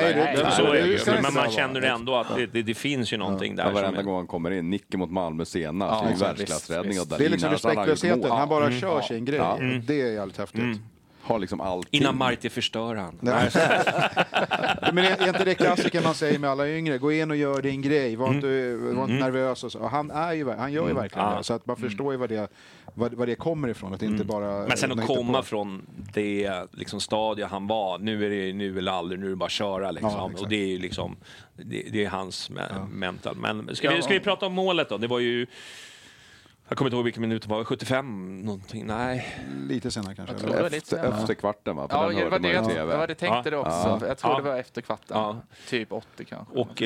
Men man känner ändå att det finns ju någonting där. Varenda gång han kommer in, nickar mot Malmö senast. Det är världsklassräddning. Det är liksom respektlösheten. Han bara kör sin grej. Det är jävligt häftigt. Har liksom allting. Innan Marti förstör han. Men är inte det klassiker man säger med alla yngre? Gå in och gör din grej. Var inte nervös. Och så. Han gör ju verkligen det. Så att man förstår ju vad det kommer ifrån. Att inte bara, men sen att komma från det liksom stadie han var. Nu är det nu eller aldrig. Nu är det bara köra. Liksom. Och det är ju liksom det är hans mental. Men ska vi prata om målet då? Det var ju... Jag kommer inte ihåg vilken minut det var. 75 någonting? Nej. Lite senare kanske. Efter kvarten va? Ja, det var det tänkte det också. Jag tror det var efter kvarten. Typ 80 kanske. Och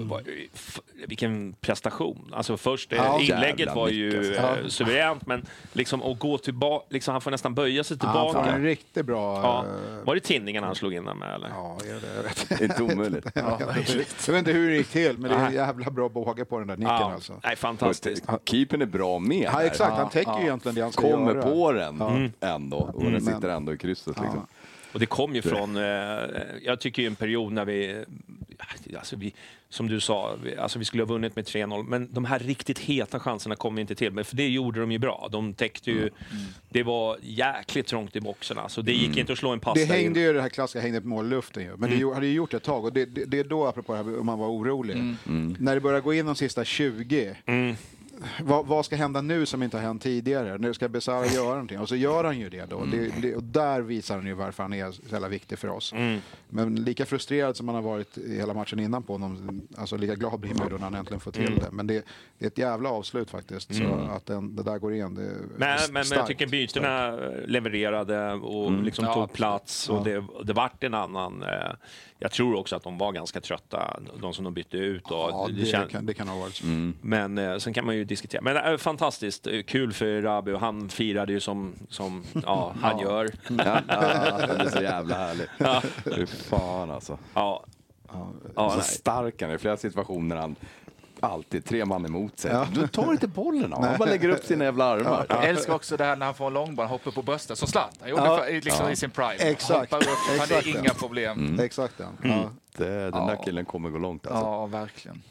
vilken prestation. Alltså först inlägget var ju suveränt, men liksom att gå tillbaka, liksom han får nästan böja sig tillbaka. Han är riktigt bra. Var det tinningen han slog in där med eller? Ja, jag vet. Inte omöjligt. Jag vet inte hur det gick till, men det är en jävla bra båge på den där nicken alltså. Nej, fantastiskt. Keepern är bra med. Ja, exakt. Han täcker ju egentligen det han ska kommer göra. på den ändå. Och den sitter ändå i krysset liksom. Och det kom ju från, jag tycker ju en period när vi som du sa, vi skulle ha vunnit med 3-0, men de här riktigt heta chanserna kom inte till, men för det gjorde de ju bra. De täckte ju, det var jäkligt trångt i boxarna, så det gick inte att slå en pass. Det hängde ju det här klassiska hängde på målluften ju, men det hade ju gjort ett tag, och det är då, apropå det här, om man var orolig. När det börjar gå in de sista 20, vad ska hända nu som inte har hänt tidigare? Nu ska Besara göra någonting. Och så gör han ju det då. Och där visar han ju varför han är så jävla viktig för oss. Men lika frustrerad som han har varit i hela matchen innan på honom. Alltså lika glad blir man då när han äntligen får till det. Men det är ett jävla avslut faktiskt. Så att det där går in. Men jag tycker byterna levererade och liksom tog plats. Och det vart en annan... Jag tror också att de var ganska trötta, de som de bytte ut. Och det kan ha varit. Men sen kan man ju diskutera. Men fantastiskt kul för Rabi, och han firade ju som han gör. Det är så jävla härligt. Hur fan alltså. Så stark han i flera situationer. Han alltid 3 man emot sig. Du tar inte bollen. Han bara lägger upp sina jävla armar. Jag älskar också det här när han får en långboll, hoppar på bröstet som Zlatan. Han gjorde liksom i sin prime. Exakt. Hoppar upp, han hade inga problem. Exakt den. Den där killen kommer gå långt alltså. Ja, verkligen.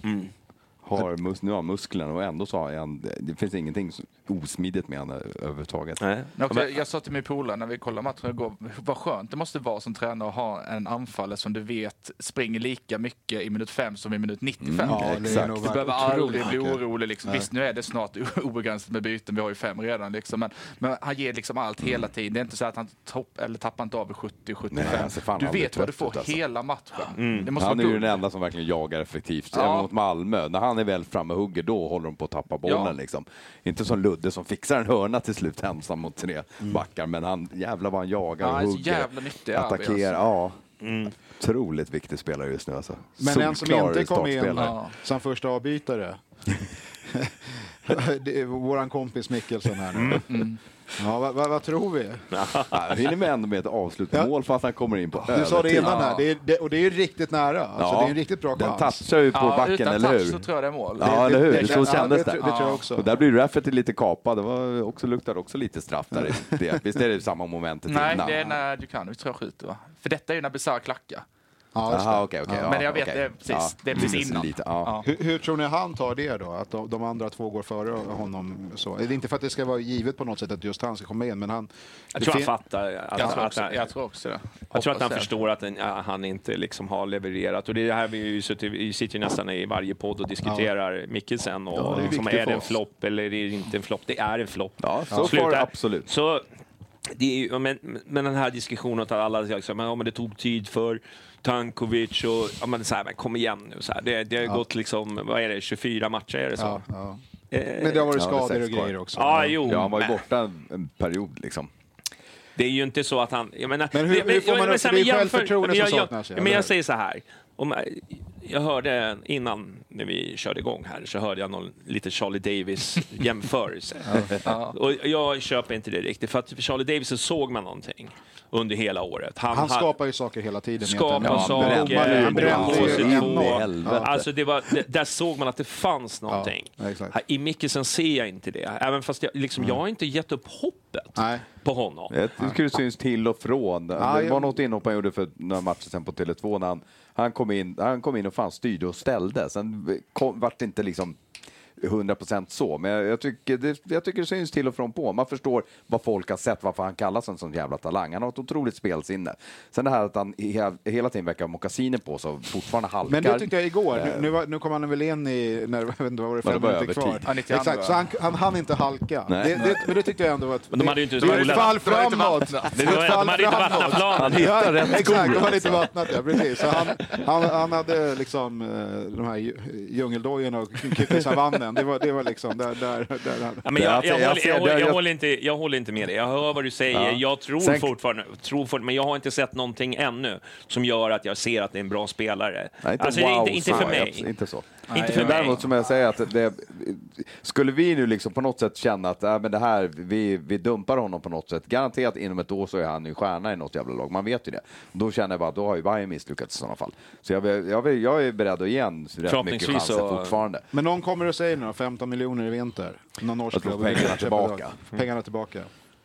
Nu har musklerna och ändå så har han, det finns ingenting osmidigt med han överhuvudtaget. Jag sa till min polare när vi kollade matchen igår, vad skönt det måste vara som tränare att ha en anfallare som du vet springer lika mycket i minut 5 som i minut 95. Exakt. Du behöver aldrig bli orolig. Liksom. Visst, nu är det snart obegränsat med byten, vi har ju 5 redan. Liksom. Men han ger liksom allt hela tiden. Det är inte så att han tappar inte av i 70-75. Du vet vad du får hela matchen. Det måste han vara är ju den enda som verkligen jagar effektivt. Även mot Malmö, när han är väl framme och hugger, då håller de på att tappa bollen. Liksom. Inte som Ludde som fixar en hörna till slut ensam mot 3 backar, men han jävlar vad han jagar och hugger, attackerar. Otroligt viktig spelare just nu alltså. Men en som inte kom in som första avbytare det är våran kompis Mikkelsen här nu. Ja, vad tror vi? Han hinner med ändå med ett avslutmål fast han kommer in på övertid. Du sa det innan här, och det är ju riktigt nära. Alltså, det är en riktigt bra chans. Den touchar ju på backen, eller hur? Utan touch så tror jag det är mål. Ja, eller hur? Så kändes det. Det tror jag också. Och där blir Rafferty lite kapad. Det var också, luktade också lite straff där. Visst är det samma momentet innan? Nej, det är när du kan. Vi tror jag skjuter, va? För detta är ju när Besar klackar. Aha, okej. Men jag vet, det är precis innan. Lite, ja. Hur tror ni han tar det då? Att de andra 2 går före honom? Så? Det är inte för att det ska vara givet på något sätt att just han ska komma in, men han... Jag tror han fattar. Jag tror också det. Jag tror att han förstår att han inte liksom har levererat. Och det är det här vi sitter nästan i varje podd och diskuterar Mikkelsen. Och liksom, är det en flopp eller är det inte en flopp? Det är en flopp. Ja, så får det absolut. Så, det är ju, men den här diskussionen att alla säger men det tog tid för Tankovic och så här, men kom igen nu så här. Det har gått liksom, vad är det, 24 matcher är det så? Ja. Men det har varit skador och grejer också. Han var ju borta en period liksom. Det är ju inte så att han... Men hur får man upp det? Det är självförtroende som saknas. Men jag säger så här. Jag hörde innan när vi körde igång här så hörde jag någon lite Charlie Davis jämförelse. Och jag köper inte det riktigt. För att Charlie Davis så såg man någonting under hela året. Han skapar ju saker hela tiden. Skapar saker. Alltså där såg man att det fanns någonting. I Mikkelsen ser jag inte det. Även fast jag har inte gett upp hoppet på honom. Jag tycker det syns till och från. Det var något inhopp han gjorde för några matcher sen på Tele2 när han kom in och fan styrde och ställde. Sen vart det inte liksom 100% så, men jag tycker det syns till och från på. Man förstår vad folk har sett, varför han kallas en sån jävla talang. Han har ett otroligt spelsinne. Sen det här att han hela tiden verkar ha mockasiner på så fortfarande halkar. Men det tyckte jag igår. Nu kom han väl in i när det var 5 minuter kvar. Exakt, så han hann inte halka. Men det tyckte jag ändå var ett fall framåt. De hade inte vattnat planen. Exakt, de hade inte vattnat det, precis. Så han hade liksom de här djungeldojorna och savannen. Det var liksom där. Ja, men jag håller inte med dig. Jag hör vad du säger. Jag tror fortfarande, men jag har inte sett någonting ännu som gör att jag ser att det är en bra spelare. Nej, inte för mig. Inte så. Inte för mig. Däremot som jag säger att skulle vi nu liksom på något sätt känna att men det här, vi dumpar honom på något sätt. Garanterat inom ett år så är han ju stjärna i något jävla lag. Man vet ju det. Då känner jag bara, då har ju Bayern misslyckats i sådana fall. Så jag är beredd att ge en rätt mycket chanser fortfarande. Men någon kommer att säga 15 miljoner i vinter. Någon norsk klubb. Pengarna tillbaka.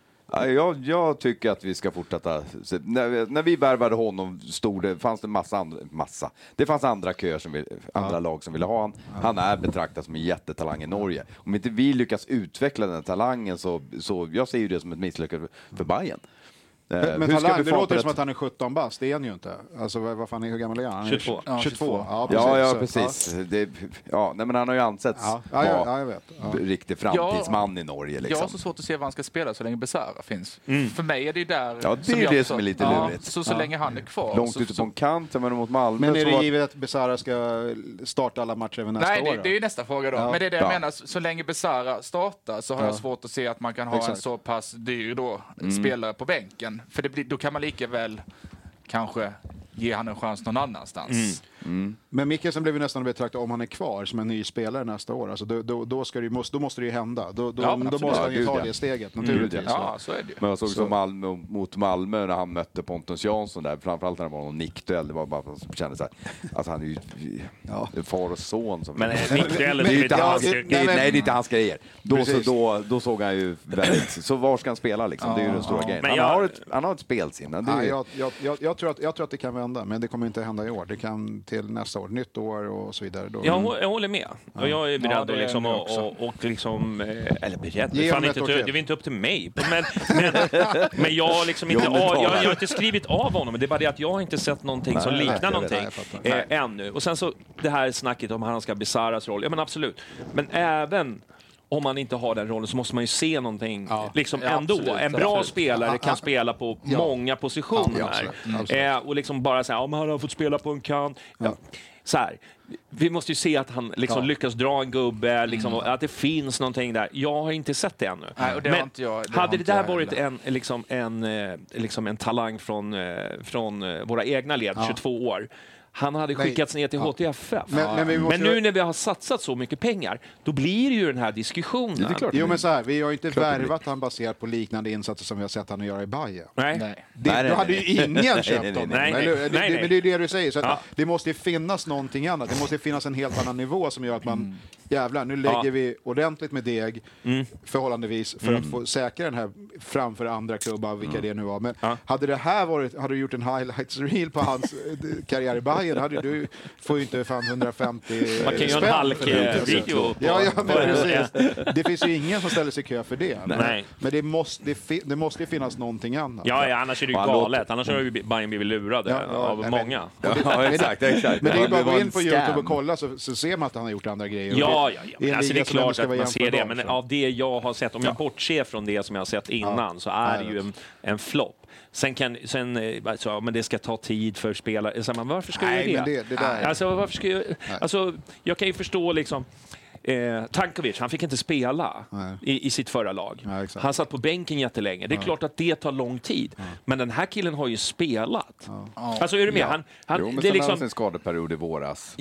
Jag tycker att vi ska fortsätta. När vi värvade honom fanns det massa. Det fanns andra köer andra lag som ville ha han. Han är betraktad som en jättetalang i Norge. Om inte vi lyckas utveckla den talangen så jag ser ju det som ett misslyckande för Bayern. Men talang, det låter som att han är 17 bast, det är han ju inte. Alltså vad fan är, hur gammal är han? 22. 22. Ja, precis. Nej, men han har ju ansetts jag vet. Riktig framtidsman i Norge liksom. Jag har så svårt att se vad han ska spela så länge Besara finns. För mig är det ju där. Ja, det är det som är lite lurigt. Så länge han är kvar. Långt ute på en kant, men mot Malmö. Men är det givet att Besara ska starta alla matcher även nästa år? Nej, det är ju nästa fråga då. Men det är det jag menar, så länge Besara startar så har jag svårt att se att man kan ha en så pass dyr spelare på bänken. För då kan man lika väl kanske ge han en chans någon annanstans. Men Mikkelsen blev ju nästan betraktad om han är kvar som en ny spelare nästa år. Alltså då måste det ju hända. Då måste han ju ta det steget naturligtvis. Ja, så är det ju. Men jag såg som mot Malmö när han mötte Pontus Jansson där. Framförallt när det var någon nickduell. Det var bara att jag kände så här. Alltså han är ju far och son. Som men nickduell nej, det är inte hans grejer. Då såg han ju väldigt... Så var ska han spela liksom? Det är ju den stora grejen. Han har ett spelsinne. Jag tror att det kan vända. Men det kommer inte hända i år. Det kan till nästa år. Nytt år och så vidare. Jag håller med. Och jag är beredd att liksom... Eller beredd. Det är inte upp till mig. Men jag har liksom inte... Jag har inte skrivit av honom. Men det är bara det att jag har inte sett någonting som liknar någonting ännu. Och sen så det här snacket om han ska Besaras roll. Ja, men absolut. Men även... Om man inte har den rollen så måste man ju se någonting liksom ändå. Absolut, en bra spelare kan spela på många positioner. Och liksom bara säga, om han har fått spela på en kant. Så här, vi måste ju se att han liksom lyckas dra en gubbe, liksom, att det finns någonting där. Jag har inte sett det ännu. Nej, och det men hade det där varit en talang från våra egna led, 22 år, han hade skickats ner till HTFF. Men måste nu när vi har satsat så mycket pengar, då blir det ju den här diskussionen. Det är klart. Jo, men så här, vi har ju inte värvat han baserat på liknande insatser som vi har sett han göra i Bayern. Nej. Då hade ju ingen köpt honom. Nej. Men det är det du säger. Så att det måste ju finnas någonting annat. Det måste finnas en helt annan nivå som gör att man, jävlar, nu lägger vi ordentligt med deg förhållandevis för att få säkra den här framför andra klubbar, vilka det nu var. Men hade det här varit, hade du gjort en highlights reel på hans karriär i Bayern, hade du får ju inte fan 150 man kan ju en halk-video. Ja, men precis. Det finns ju ingen som ställer sig i kö för det. Nej. Men det måste ju finnas någonting annat. Ja, annars är det ju galet. Annars har ju Bayern blivit lurade av många. Ja, exakt. Men det är ju bara att gå in på YouTube och kolla så ser man att han har gjort andra grejer. Ja. Alltså det är klart att man ser det. Men av det jag har sett, om jag bortser från det som jag har sett innan, så är det ju en flopp. Men det ska ta tid för spelare. Så varför ska jag det? Alltså, varför ska jag... Alltså, jag kan ju förstå liksom... Tankovic, han fick inte spela i sitt förra lag. Han satt på bänken jättelänge. Det är klart att det tar lång tid. Men den här killen har ju spelat. Alltså är du med? Jo, men det är liksom en skadeperiod i våras.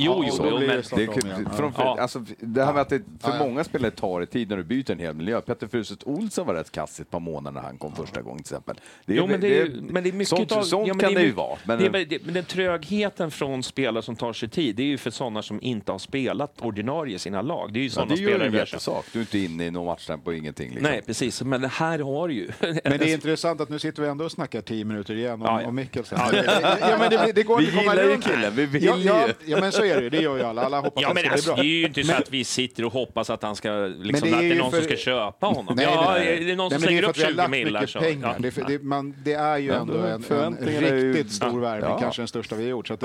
Alltså, det här med att det för många spelare tar det tid när du byter en hel miljö. Petter Fuset Olsson var rätt kass ett par månader när han kom första gången till exempel. Men det är mycket sånt kan det ju vara. Men den trögheten från spelare som tar sig tid, det är ju för sådana som inte har spelat ordinarie i sina lag. Det är ju sådana spelare i jättesak. Du är inte inne i någon matchtempo och ingenting. Liksom. Nej, precis. Men det här har ju... Men det är intressant att nu sitter vi ändå och snackar 10 minuter igen om Mikkelsen. Det går inte komma runt. Vi vill ju. Ja, men så är det. Det gör ju alla. Alla hoppas att det blir bra. Det är ju inte så att vi sitter och hoppas att han ska... Liksom, att det är någon som ska köpa honom. Det är någon som slänger upp 20 millar. Det är ju ändå en riktigt stor värvning. Kanske den största vi har gjort.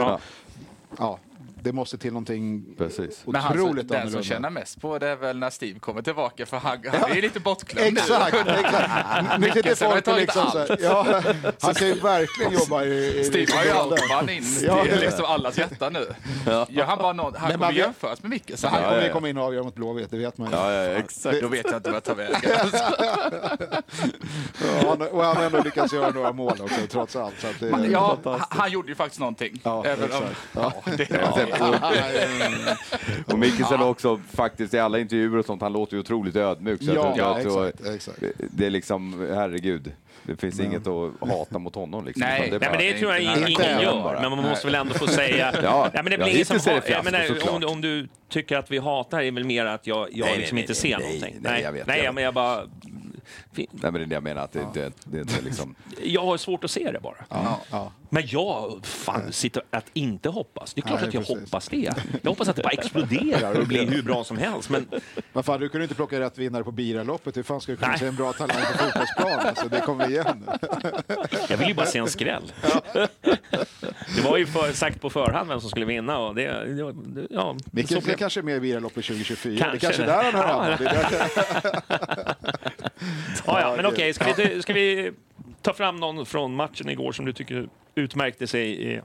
Det måste till någonting otroligt annorlunda. Den som tjänar mest på det är väl när Steve kommer tillbaka, för han är lite bortglömd. Exakt. Nu sitter folk liksom så här, han kan ju verkligen jobba i Steve har ju alltid in till liksom allas hjärta nu. Han kommer jämföras med Micke. Så han kommer komma in och avgöra mot Blåvitt, det vet man ju. Ja, exakt. Då vet jag inte vad jag tar vägen. Och han har ändå lyckats göra några mål också, trots allt. Så att han gjorde ju faktiskt någonting. Och Mikkelsen också faktiskt i alla intervjuer och sånt, han låter ju otroligt ödmjuk. Så exakt. Det är liksom, herregud, det finns inget att hata mot honom liksom. Nej, men det tror jag ingen gör. Men man måste väl ändå få säga... men det blir som, om du tycker att vi hatar, är väl mer att jag liksom inte ser någonting. Nej, men jag bara... Nej, men det är det jag menar, att det är liksom... Jag har svårt att se det bara. Men jag sitter att inte hoppas. Det är klart att jag hoppas det. Jag hoppas att det bara exploderar och blir hur bra som helst. Men... Vad fan, du kunde inte plocka rätt vinnare på Biraloppet. Hur fan ska du kunna se en bra talang på fotbollsplan? Alltså, det kommer igen. Jag vill ju bara se en skräll. Det var ju sagt på förhand vem som skulle vinna. Och Micke kanske är med i Biraloppet 2024. Det kanske där han hör hemma. Men okej, ska vi ta fram någon från matchen igår som du tycker utmärkte sig?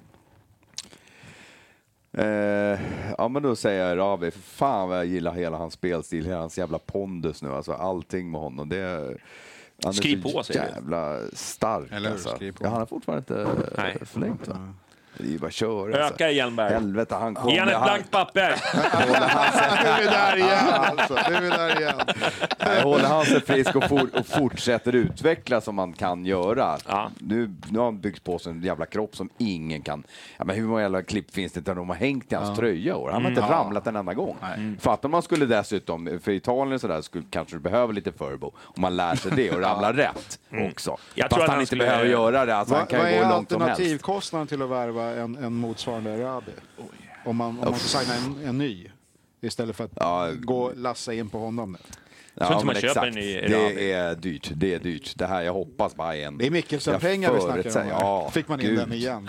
Men då säger jag Ravi, för fan vad jag gillar hela hans spelstil, hela hans jävla pondus nu, alltså allting med honom. Han skriv på sig. Jävla stark. Alltså. Han har fortfarande inte förlängt, va? Det är ju bara kör. Öka Hjelmberg. Helvete, han kommer. Ge han ett blankt papper. Nu är vi där igen. Håller han sig frisk och fortsätter utvecklas som man kan göra. Nu har han byggt på sig en jävla kropp som ingen kan. Men hur många jävla klipp finns det där de har hängt i hans tröja? Han har inte ramlat en enda gång. Fattar man skulle dessutom, för Italien så där, kanske du behöver lite förbo. Om man lär sig det och ramlar rätt också. Jag tror att han inte behöver göra det. Alltså, han kan vad ju gå är långt som helst. alternativkostnaden till att värva en motsvarande Rabi? Om man måste signa en ny istället för att gå lassa in på honom. Men exakt. Det är dyrt. Det här, jag hoppas bara en... Det är Mikkelsen pengar vi snackar om. Fick man in den igen.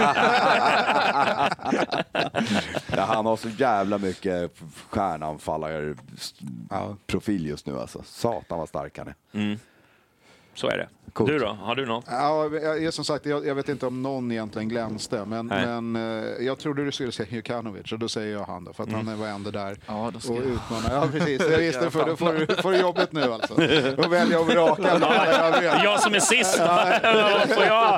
Han har så jävla mycket stjärnanfallare profil just nu. Alltså. Satan vad stark han är. Så är det. Coolt. Du då? Har du något? Ja, som sagt, jag vet inte om någon egentligen glänste, men jag trodde du skulle säga Jukanovic, och då säger jag han då, för att han var ändå där och utmanade. Ja, precis. Jag visste, för då får du jobbet nu alltså. Och välja och vraka. Jag som är sist. Får jag?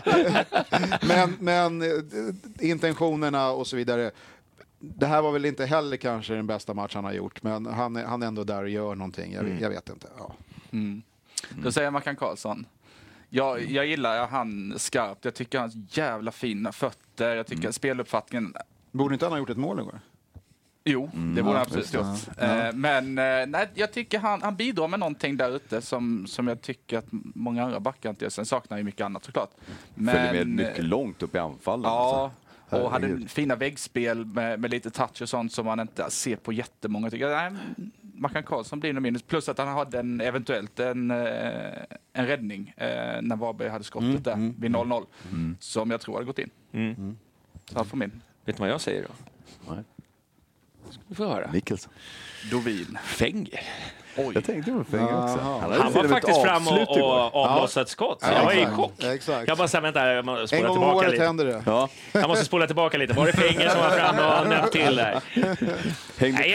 Men intentionerna och så vidare. Det här var väl inte heller kanske den bästa match han har gjort, men han är ändå där och gör någonting. Jag vet inte. Ja. Då säger Mackan Karlsson. Jag gillar han skarpt. Jag tycker han har jävla fina fötter. Jag tycker speluppfattningen... Borde inte han ha gjort ett mål igår? Jo, det borde han absolut gjort. Men nej, jag tycker han bidrar med någonting där ute som jag tycker att många andra backar inte gör. Sen saknar ju mycket annat såklart. Följer med mycket långt upp i anfallen. Ja, och hade fina väggspel med lite touch och sånt som man inte ser på jättemånga. Tycker Mackan Karlsson blir nog minus. Plus att han hade eventuellt en räddning när Varberg hade skottet där vid 0-0. Som jag tror hade gått in. Så han får min. Vet du vad jag säger då? Nej. Du får höra. Mikkelsen. Dovin. Fenger. Oj. Jag tänkte på Fenger också. Han var faktiskt fram och avlossade ett skott. Jag var i chock. Exakt. Jag bara sa, vänta, jag måste spola en gång tillbaka året lite. händer det. Ja. Jag måste spola tillbaka lite. Var det Fenger som var fram och nöp till där? Nej,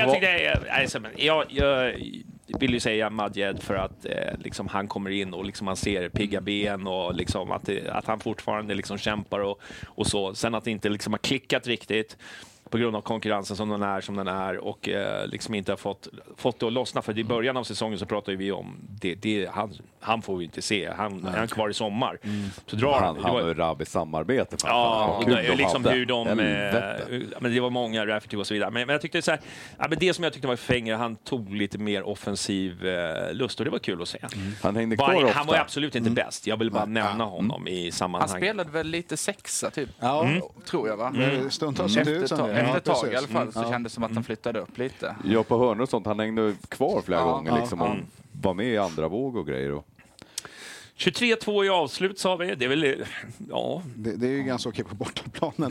jag vill ju säga Madjed för att liksom han kommer in och liksom man ser pigga ben och liksom att han fortfarande liksom kämpar och så. Sen att det inte liksom har klickat riktigt på grund av konkurrensen som den är och liksom inte har fått det att lossna. För i början av säsongen så pratade vi om han får vi inte se. Han är kvar i sommar. Så drar han och Rabbi samarbete. Ja, och det är liksom hur de men det var många Rafferty och så vidare. Men jag tyckte så här, men det som jag tyckte var Fenger, han tog lite mer offensiv lust och det var kul att se. Han hängde kvar ofta. Han var absolut inte bäst. Jag vill bara nämna honom i sammanhang. Han spelade väl lite sexa typ. Tror jag va? Stundtals Efter ett tag i alla fall så kändes det som att han flyttade upp lite. Ja, på hörnor och sånt. Han hängde kvar flera gånger liksom. Och var med i andra våg och grejer. Och 23-2 i avslut sa vi. Det är väl det är ju ganska okej på bortaplanen.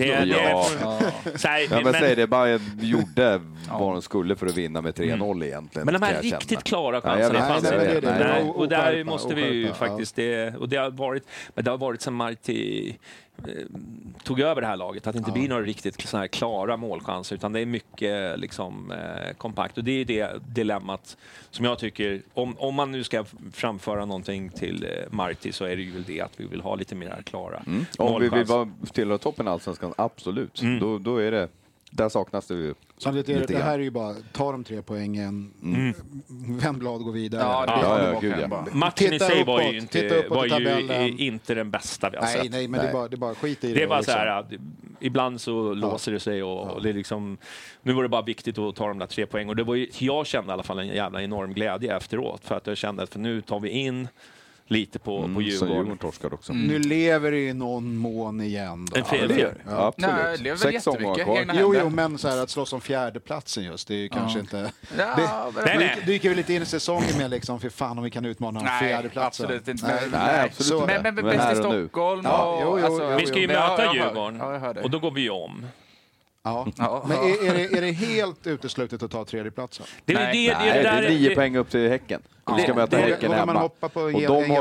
Men säg det, bara gjorde vad de skulle för att vinna med 3-0 egentligen. Men de här riktigt klara chanserna fanns inte. Och där måste vi ju faktiskt och det har varit som Marti tog över det här laget, att det inte blir några riktigt såna här klara målchanser, utan det är mycket liksom kompakt, och det är det dilemmat som jag tycker, om man nu ska framföra någonting till Marti, så är det ju väl det att vi vill ha lite mer klara målchans. Om vi vill vara till toppen allsvenskan, absolut. Då är det, där saknas det ju. Samtidigt det här är ju bara, ta de 3 poängen, vem blad går vidare. Matchen i sig var ju inte den bästa vi har sett. Nej, men det är bara skit i det. Det är bara så här, ibland så låser det sig och det är liksom, nu var det bara viktigt att ta de där 3 poäng, och det var ju, jag kände i alla fall en jävla enorm glädje efteråt, för att jag kände att nu tar vi in lite på Djurgården. Så Djurgården torskar också. Nu lever det i någon mån igen då. Absolut. Nej, det lever jättemycket. Jo, men så här, att slåss om fjärdeplatsen just, det är ju kanske inte... Det dyker väl lite in i säsongen med liksom, för fan om vi kan utmana om fjärdeplatsen. Absolut inte. Nej, absolut. Men bäst i Stockholm. Vi ska ju möta Djurgården, och då går vi om. Men är det helt uteslutet att ta 3:e-platsen? Det är 9 poäng upp till Häcken. Vi ska möta Häcken hemma. Man hoppa på och de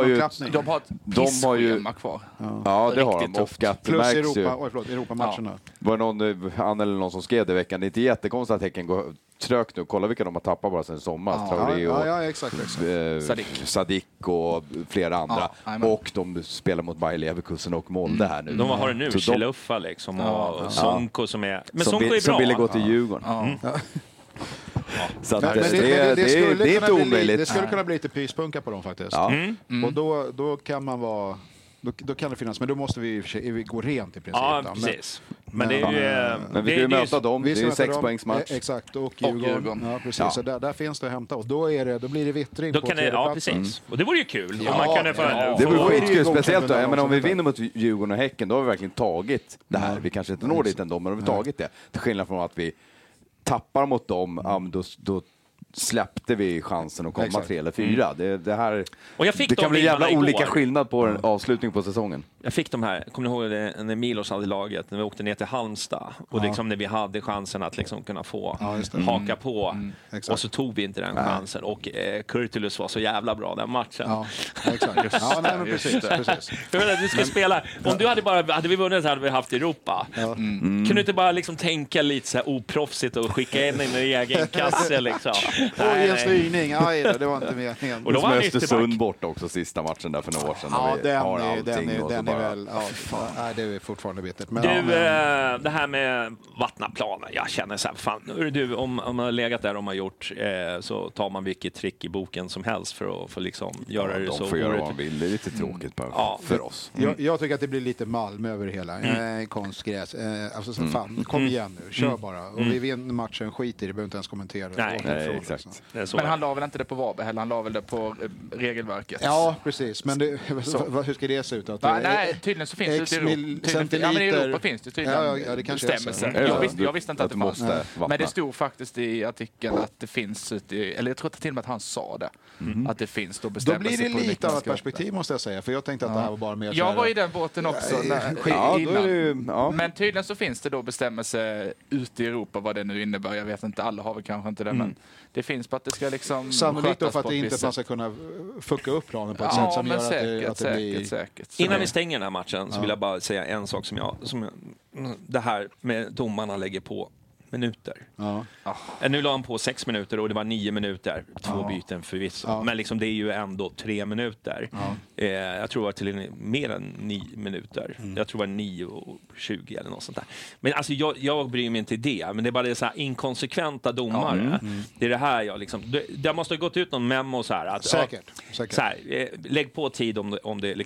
har ju kvar. Ja, det har de. Och att plus märks Europamatcherna. Var någon som skrev det i veckan. Det är inte jättekonstigt att Häcken går trögt nu. Kolla vilka de har tappat bara sen sommar. Traoré och exakt. Sadik och flera andra. Och de spelar mot Bayer Leverkusen och Molde här nu. De har det nu, Chiluffa liksom, och Sonko som är... Men Sonko är bra. Som ville gå till Djurgården. Så att det är inte omöjligt. Det skulle kunna bli lite pyspunka på dem faktiskt. Och då kan man vara... Då kan det finnas, men då måste vi gå rent i princip. Ja, precis. Men det är ju... Men vi ska ju möta dem. Det är ju 6-poängsmatch. Exakt, och Djurgården. Ja, precis. Så där finns det att hämta. Och då blir det vittring på tredjeplatsen. Precis. Och det vore ju kul. Det vore skitkul, speciellt men om vi vinner mot Djurgården och Häcken, då har vi verkligen tagit det här. Vi kanske inte når dit ändå, men har vi tagit det. Till skillnad från att vi tappar mot dem, då släppte vi chansen att komma 3 eller 4. Det kan bli jävla olika skillnad på en avslutning på säsongen. Jag fick de här, kommer ni ihåg det, när Milos hade laget, när vi åkte ner till Halmstad och liksom när vi hade chansen att liksom kunna få haka på och så tog vi inte den chansen och Kurtulus var så jävla bra den matchen. Ja, exakt. Ja, nej, men precis. Du ska spela, om du hade vi vunnit så hade vi haft Europa. Kunde du inte bara liksom tänka lite så här oproffsigt och skicka in en egen kasse liksom? Nej, en styrning, det var inte meningen. Och då var Östersund bort också sista matchen där för några år sedan. Ja, den är väl... Ja, det är fortfarande bittert. Men, det här med vattnaplanen, jag känner så här, fan, du, om man har legat där och man har gjort, så tar man vilket trick i boken som helst för att liksom göra det så. De får göra vad de vill, det är lite tråkigt för oss. Jag tycker att det blir lite Malmö över hela konstgräs. Alltså så fan, kom igen nu, kör bara. Och vi vinner matchen, skit i det, behöver inte ens kommentera. Nej, exakt. Men han la väl inte det på Varberg heller, han la väl det på regelverket. Ja, precis. Men hur ska det se ut? Nej, tydligen så finns det i Europa finns det tydligen bestämmelser. Jag visste inte att det fanns. Men det stod faktiskt i artikeln att det finns, eller jag tror till och med att han sa det, att det finns då bestämmelser. Då blir det lite av ett perspektiv måste jag säga, för jag tänkte att det här var bara mer... Jag var i den båten också men tydligen så finns det då bestämmelser ute i Europa vad det nu innebär. Jag vet inte, alla har väl kanske inte det, men det finns på att det ska liksom sannolikt då för att det inte man ska kunna fucka upp planen på ett sätt som gör att det blir... Säkert. Innan vi stänger den här matchen så vill jag bara säga en sak som det här med domarna lägger på minuter. Nu la han på 6 minuter och det var 9 minuter. 2 byten förvisso. Men liksom det är ju ändå 3 minuter. Jag tror det var till mer än 9 minuter. Jag tror det var 9:20 eller något sånt där. Men alltså jag bryr mig inte det. Men det är bara det så här inkonsekventa domare. Det är det här jag liksom... Det måste ha gått ut någon memo så här. Att, Säkert. Så här, lägg på tid om det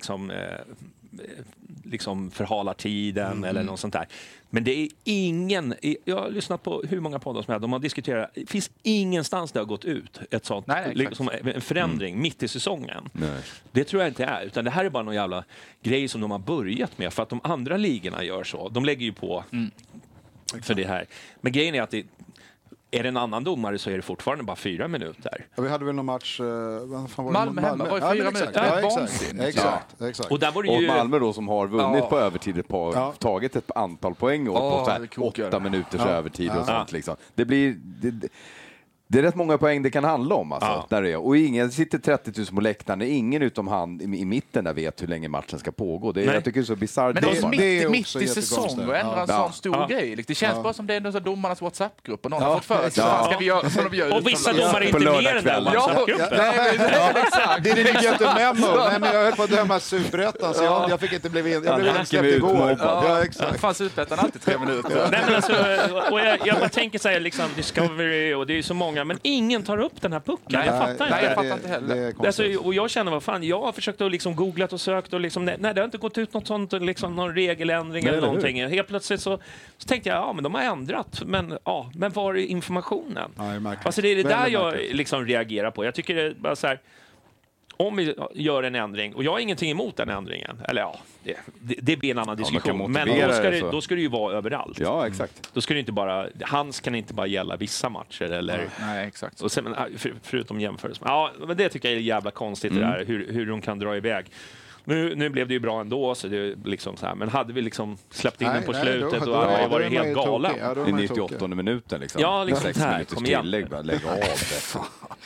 liksom förhalar tiden eller något sånt där. Men det är ingen... Jag har lyssnat på hur många poddar som helst. De har diskuterat... Det finns ingenstans där har gått ut ett sånt, liksom, en förändring mitt i säsongen. Nej. Det tror jag inte är. Utan det här är bara någon jävla grej som de har börjat med. För att de andra ligorna gör så. De lägger ju på för det här. Men grejen är att är det en annan domare så är det fortfarande bara 4 minuter. Vi hade väl någon match... Malmö hemma var 4 minuter. Exakt. Och där var det ju... Och Malmö då som har vunnit på övertid tagit ett antal poäng på 8 minuters övertid och sånt liksom. Det blir... Det är rätt många poäng det kan handla om alltså, där det är. Och ingen sitter 30 000 på läktaren. Ingen utom han i mitten där vet hur länge matchen ska pågå. Jag tycker det är så bisarrt. Men det är mitt i säsong och ändra en sån stor grej. Det känns bara som det är en domarnas WhatsApp-grupp och någon har fått för sig. Ska vi göra som de gör. Och vissa domare är inte med i den WhatsApp-gruppen. Det ligger inte memo. Nej, men jag höll på att döma Superettan så jag fick inte bli insläppt igår. Det fanns Superettan alltid 3 minuter. Nej, men alltså, och jag bara tänker så här, liksom, Discovery och det är så många, men ingen tar upp den här pucken. Jag fattar inte heller. Alltså, och jag känner, vad fan, jag har försökt att liksom googlat och sökt och liksom, nej, det har inte gått ut något sånt, liksom, någon regeländring eller någonting. Helt plötsligt så tänkte jag, men de har ändrat. Men var är informationen? Alltså, det är det där jag liksom reagerar på. Jag tycker det är bara så här, om vi gör en ändring, och jag har ingenting emot den ändringen, eller det blir en annan diskussion, men då ska det ju vara överallt. Ja, exakt. Då ska det inte bara, hans kan inte bara gälla vissa matcher, eller... Nej, exakt. Och sen, förutom jämförelse. Ja, men det tycker jag är jävla konstigt det där, hur de kan dra iväg. Nu blev det ju bra ändå, så det är liksom så här. Men hade vi liksom släppt in den på slutet och alla var det helt galen. I 98:e minuten liksom. Ja, liksom 6 minuters tillägg, bara lägg av det.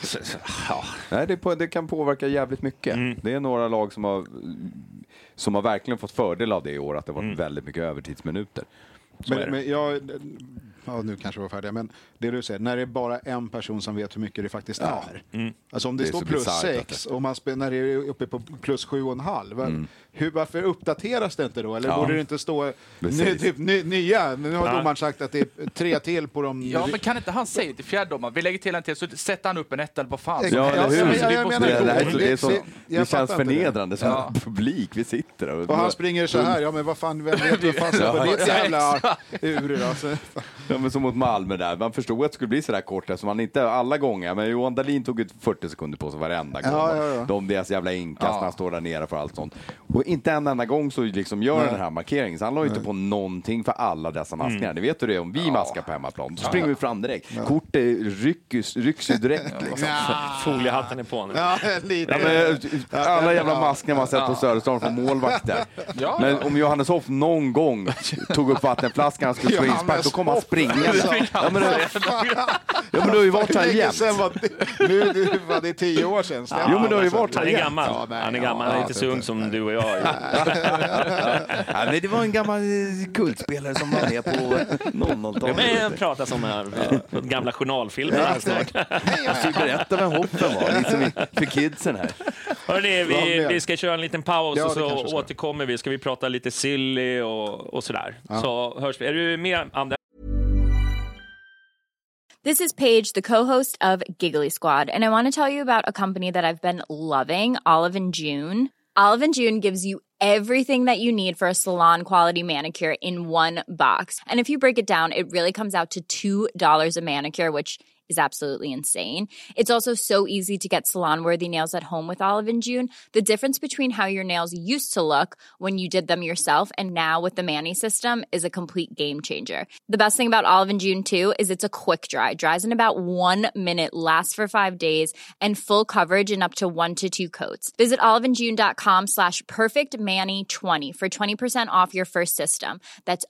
Nej, det kan påverka jävligt mycket. Det är några lag som har verkligen fått fördel av det i år, att det var väldigt mycket övertidsminuter. Men nu kanske var färdiga, men det du säger, när det är bara en person som vet hur mycket det faktiskt är. Alltså om det står plus 6 och när det är uppe på plus 7,5, varför uppdateras det inte då? Eller borde det inte stå nya? Nu har domaren sagt att det är 3 till på dem. Ja, men kan inte han säga till fjärdomaren, vi lägger till en till, så sätter han upp en 1 eller vad fan. Det känns förnedrande som publik, vi sitter och han springer så här, men vad fan, vem vet vad fan som på ditt jävla ur alltså. Ja, men som mot Malmö där. Man förstod att det skulle bli så där kort eftersom man inte alla gånger. Men Johan Dahlin tog ut 40 sekunder på sig varenda gång. Ja. Deras jävla inkast när han står där nere för allt sånt. Och inte en enda gång så liksom gör den här markeringen. Så han la ju inte på någonting för alla dessa maskningar. Ni vet hur det är om vi maskar på hemmaplan. Då springer vi fram direkt. Kortet rycks ju direkt liksom. Foliehatten är på nu. Alla jävla maskningar man sett på Söderstad från målvakter. Men om Johannes Hoff någon gång tog upp vattenflaskan han skulle slå inspark, då kom han springa. Ja, men det har ju varit så här jämt. Nu var det 10 år sedan. Jo, men det har ju varit så här Han är jämt. gammal. Han är gammal. Han är inte så ung som du och jag. Nej, det var en gammal kultspelare som var med på 00-talet. Men pratar som gamla journalfilmer snart. Jag ska berätta vem Hoppen var, liksom för kidsen här. Hörrni, vi ska köra en liten paus och så återkommer vi. Ska vi prata lite silly och sådär. Så hörs vi. Är du med, Anders? This is Paige, the co-host of Giggly Squad, and I want to tell you about a company that I've been loving, Olive & June. Olive & June gives you everything that you need for a salon-quality manicure in one box. And if you break it down, it really comes out to $2 a manicure, which is absolutely insane. It's also so easy to get salon-worthy nails at home with Olive & June. The difference between how your nails used to look when you did them yourself and now with the Mani system is a complete game changer. The best thing about Olive & June, too, is it's a quick dry. Dries in about 1 minute, lasts for 5 days, and full coverage in up to 1 to 2 coats. Visit oliveandjune.com/perfectmani20 for 20% off your first system. That's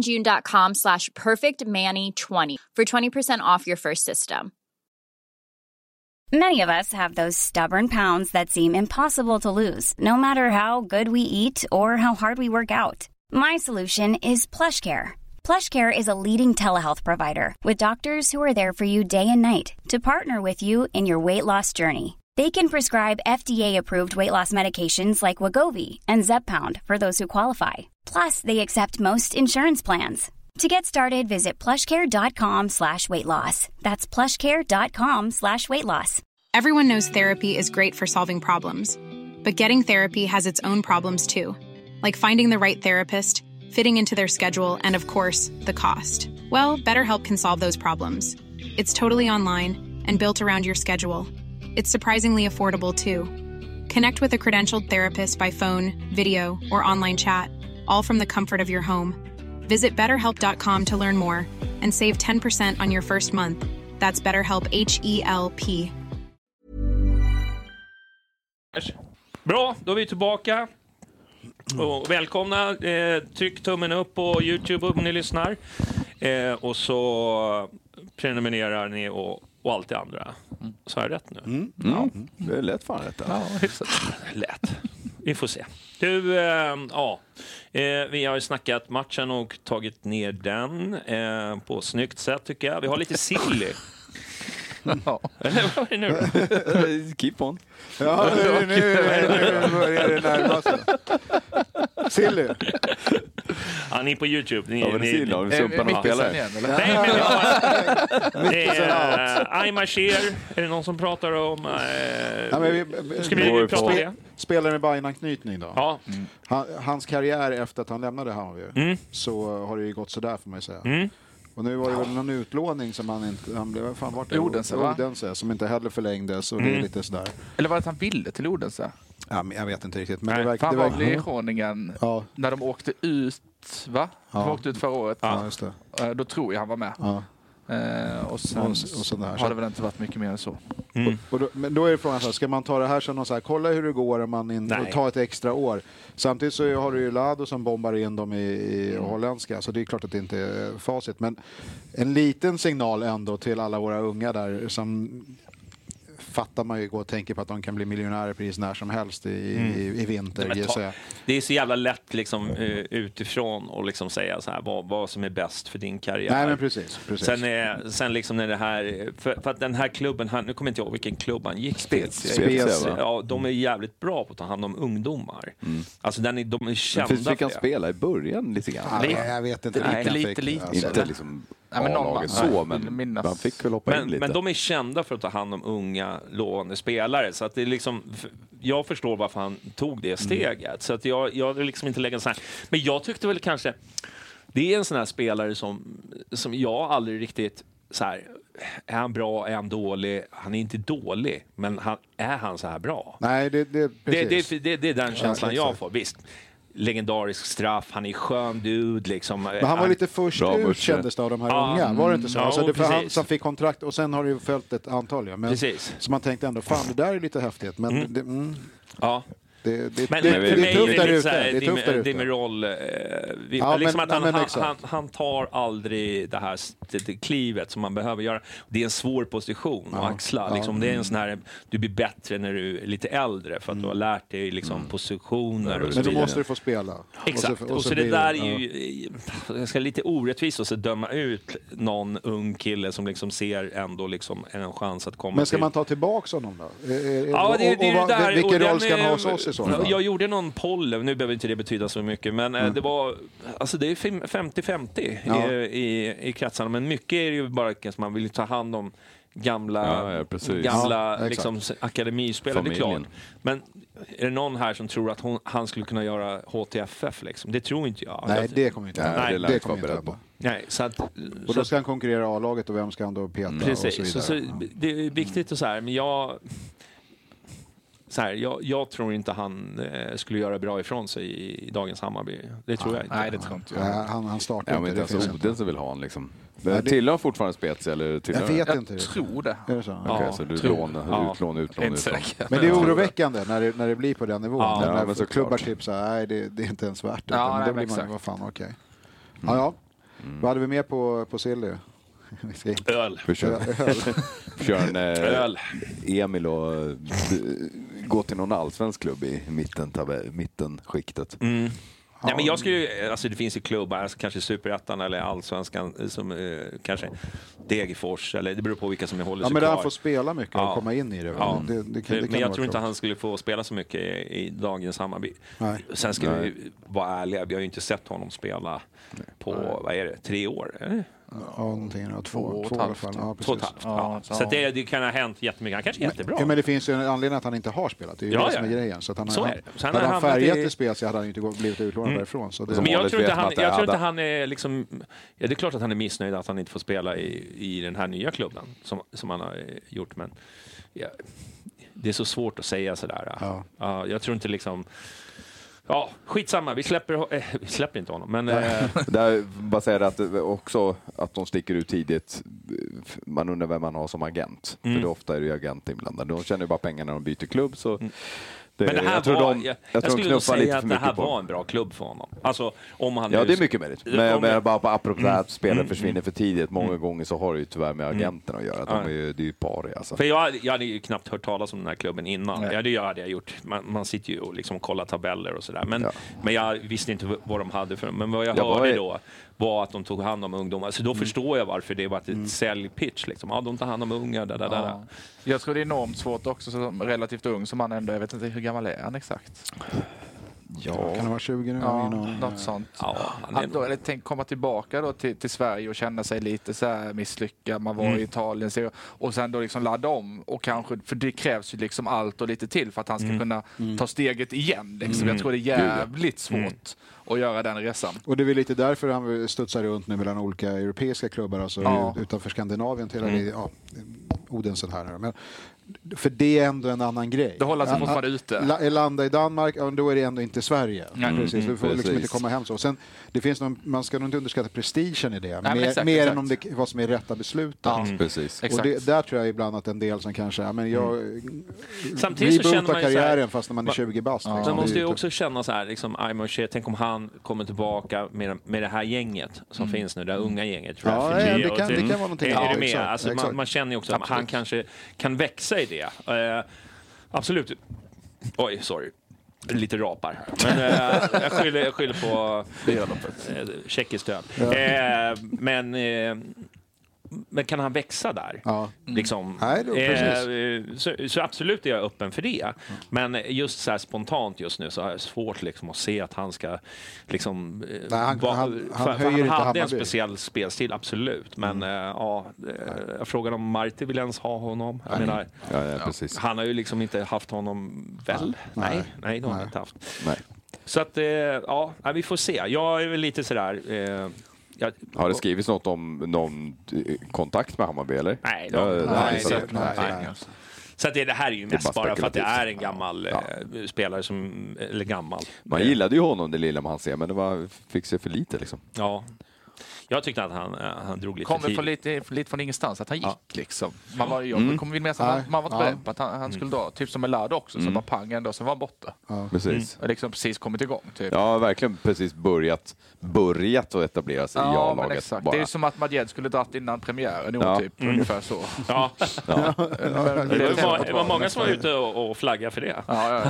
oliveandjune.com/perfectmani20 for 20% off your first system. Many of us have those stubborn pounds that seem impossible to lose, no matter how good we eat or how hard we work out. My solution is PlushCare. PlushCare is a leading telehealth provider with doctors who are there for you day and night to partner with you in your weight loss journey. They can prescribe FDA-approved weight loss medications like Wegovy and Zepbound for those who qualify. Plus, they accept most insurance plans. To get started, visit plushcare.com/weightloss. That's plushcare.com/weightloss. Everyone knows therapy is great for solving problems, but getting therapy has its own problems too, like finding the right therapist, fitting into their schedule, and of course, the cost. Well, BetterHelp can solve those problems. It's totally online and built around your schedule. It's surprisingly affordable too. Connect with a credentialed therapist by phone, video, or online chat, all from the comfort of your home. Visit BetterHelp.com to learn more and save 10% on your first month. That's BetterHelp, H-E-L-P. Bra, då är vi tillbaka. Och välkomna. Tryck tummen upp på YouTube om ni lyssnar. Och så prenumererar ni och allt det andra. Så är det rätt nu? Ja, det är lätt fan rätt. Ja, lätt. Vi får se. Du, vi har ju snackat matchen och tagit ner den på snyggt sätt tycker jag. Vi har lite silly. Ja. Eller vad är det nu? Keep on. Ja, nu börjar det närma sig. Silly. Ja, ni på YouTube. Ni spelar. I'm Cher. Är det någon som pratar om... ska vi prata om det? Spelar med Bayern-anknytning då. Ja. Hans karriär efter att han lämnade Hammarby så har det ju gått sådär får man ju säga. Och nu var det väl någon utlåning som han blev fan vart Odense som inte heller förlängdes och det är lite sådär. Eller var det att han ville till Odense? Ja, men jag vet inte riktigt. Men det var Lejoningen när de åkte ut, va? De åkte ut förra året. Ja, just det. Då tror jag han var med. Ja. Och sen har det väl inte varit mycket mer än så. Men då är det frågan så här, ska man ta det här som någon så här, kolla hur det går om man tar ett extra år. Samtidigt så har du ju Lado som bombar in dem i holländska, så det är klart att det inte är facit. Men en liten signal ändå till alla våra unga där som fattar man ju gå och tänker på att de kan bli miljonärer precis när som helst i vinter. Det är så jävla lätt liksom, utifrån och liksom säga så här, vad som är bäst för din karriär. Nej, men precis. Sen liksom när det här, för att den här klubben, nu kommer jag inte ihåg vilken klubb han gick Spezia. Ja, de är jävligt bra på att ta hand om ungdomar. Alltså de är kända för det. Fick han spela i början lite grann? Jag vet inte. Lite. Inte liksom A-laget så, men man fick väl hoppa in lite. Men de är kända för att ta hand om unga lovande spelare, så att det är liksom, jag förstår varför han tog det steget. Så att jag liksom inte lägger så här. Men jag tyckte väl kanske Det är en sån här spelare som jag aldrig riktigt så här, är han bra, är han dålig? Han är inte dålig, men är han så här bra? Nej, det är den känslan jag får. Visst, legendarisk straff, han är skön dude liksom. Men han var lite först ut, kändes det, av de här unga, var det inte så? Alltså det för han som fick kontrakt, och sen har det ju följt ett antal, ja. Men, precis. Så man tänkte ändå, fan det där är lite häftigt, men ja. Det är tufft där ute. Det är tufft där ute. Demirol, liksom att han tar aldrig det här klivet som man behöver göra. Det är en svår position att axla. Liksom, det är en sån här, du blir bättre när du är lite äldre för att du har lärt dig liksom, positioner. Och men då måste du få spela. Exakt. Och så det där är ju, jag ska lite orättvist och så döma ut någon ung kille som liksom ser ändå liksom en chans att komma. Men ska man ta tillbaka honom då? Ja, det är där. Vilken roll ska han ha hos oss? Jag gjorde någon poll, nu behöver inte det betyda så mycket, men det var, alltså det är 50-50 i kretsarna, men mycket är ju bara att man vill ta hand om gamla liksom, akademispelare, det är klart. Men är det någon här som tror att han skulle kunna göra HTFF liksom? Det tror inte jag. Nej, det kommer inte. Det kommer inte på. Nej, så att, och då ska han konkurrera A-laget, och vem ska han då peta? Precis, och så vidare. Så det är viktigt och så här, men jag tror inte han skulle göra bra ifrån sig i dagens Hammarby. Det tror jag inte. Nej, det tror inte jag. Han startar inte. Det finns Oden som vill ha han liksom. Tillhör fortfarande spets eller jag vet inte. Jag tror det. Är det så? Okej, så du utlån. Men det är oroväckande när det blir på den nivån. När så klubbar tipsar, nej det är inte ens värt det. Ja, men då blir man, vad fan, okej. Ja. Vad hade vi mer på Silly? Öl. Kör en Emil och gå till någon allsvensk klubb i mittenskiktet. Nej, men jag skulle, alltså det finns ju klubbar, alltså kanske Superettan eller Allsvenskan som kanske Degerfors, eller det beror på vilka som håller sig men kvar. Han får spela mycket och komma in i det. Ja. Det kan men jag tror inte han skulle få spela så mycket i dagens Hammarby. Nej. Sen ska vi vara ärliga, vi har ju inte sett honom spela på, vad är det, 3 år? Eller? Ja, någonting. 2 i alla fall. Ja, precis. Så det kan ha hänt jättemycket. Han kanske är jättebra. Men det finns ju en anledning att han inte har spelat. Det är ju det som är grejen. Så att hade han färgat i spel så hade han inte blivit utlånad därifrån. Så men jag tror inte han är liksom... Ja, det är klart att han är missnöjd att han inte får spela i den här nya klubben som han har gjort. Men det är så svårt att säga sådär. Jag tror inte liksom... Ja, skitsamma. Vi släpper inte honom. Men där bara säger att också att de sticker ut tidigt. Man undrar vem man har som agent. För det ofta är det ju agent inblandade. De tjänar ju bara pengar när de byter klubb. Så men det här jag skulle säga att det här var en bra klubb för honom. Alltså, om han det är mycket möjligt. Men bara på apropå att spelare försvinner för tidigt. Många gånger så har det ju tyvärr med agenten att göra. Det är ju pari alltså. För jag hade ju knappt hört talas om den här klubben innan. Det hade jag gjort. Man sitter ju och liksom kollar tabeller och sådär. Men jag visste inte vad de hade för dem. Men vad jag hörde då var att de tog hand om ungdomar. Så då förstår jag varför det var ett säljpitch. Liksom. De tar hand om unga. Jag tror det är enormt svårt också som relativt ung som han ändå. Jag vet inte hur gammal är han exakt. Kan det vara 20 nu? Något sånt. Tänk komma tillbaka då till Sverige och känna sig lite så här misslyckad. Man var i Italien och sen då liksom ladda om och kanske, för det krävs ju liksom allt och lite till för att han ska kunna ta steget igen. Liksom. Jag tror det är jävligt svårt att göra den resan. Och det är lite därför han studsar runt nu mellan olika europeiska klubbar, alltså utanför Skandinavien till Odense här. Men för det är ändå en annan grej. Det håller sig fortfarande ute. Landa i Danmark, då är det ändå inte Sverige. Precis, du får liksom inte komma hem så. Sen, det finns man ska nog inte underskatta prestigen i det. Mer än om vad som är rätta beslutet. Precis. Och där tror jag ibland att en del som kanske samtidigt så känner man karriären fast när man är 20 bast. Man måste ju också känna så här, liksom, tänk om han kommer tillbaka med det här gänget som finns nu, det unga gänget. Det kan vara någonting. Man känner ju också att han kanske kan växa i det. Absolut. Oj, sorry. Lite rapar. Men jag skyller på tjeckiskt stöd. Men kan han växa där? Ja. Liksom, så absolut är jag öppen för det. Men just så här spontant just nu så har jag svårt liksom att se att han ska liksom... han hade en speciell spelstil, absolut. Men jag frågar om Marti vill ens ha honom. Jag menar, precis. han har ju liksom inte haft honom väl? Nej, de har inte haft. Nej. Så att, ja, vi får se. Jag är väl lite sådär... Har det skrivits något om någon kontakt med Hammarby, eller? Nej. Nej. Så att det här är ju mest bara för att det är en gammal spelare som... Eller gammal. Man gillade ju honom, det lilla man ser, men det fick sig för lite liksom. Ja. Jag tyckte att han drog lite kommer från lite från ingenstans, att han gick liksom. Man var man var inte beredd på att han skulle dra. Typ som med Lard också, så var pang ändå, så var han borta. Precis. Och liksom precis kommit igång. Typ. Ja, verkligen precis börjat att etablera sig i A-laget. Exakt. Det är som att Madjed skulle dratt innan premiären, typ ungefär så. Ja. Det var många som var ute och flaggade för det.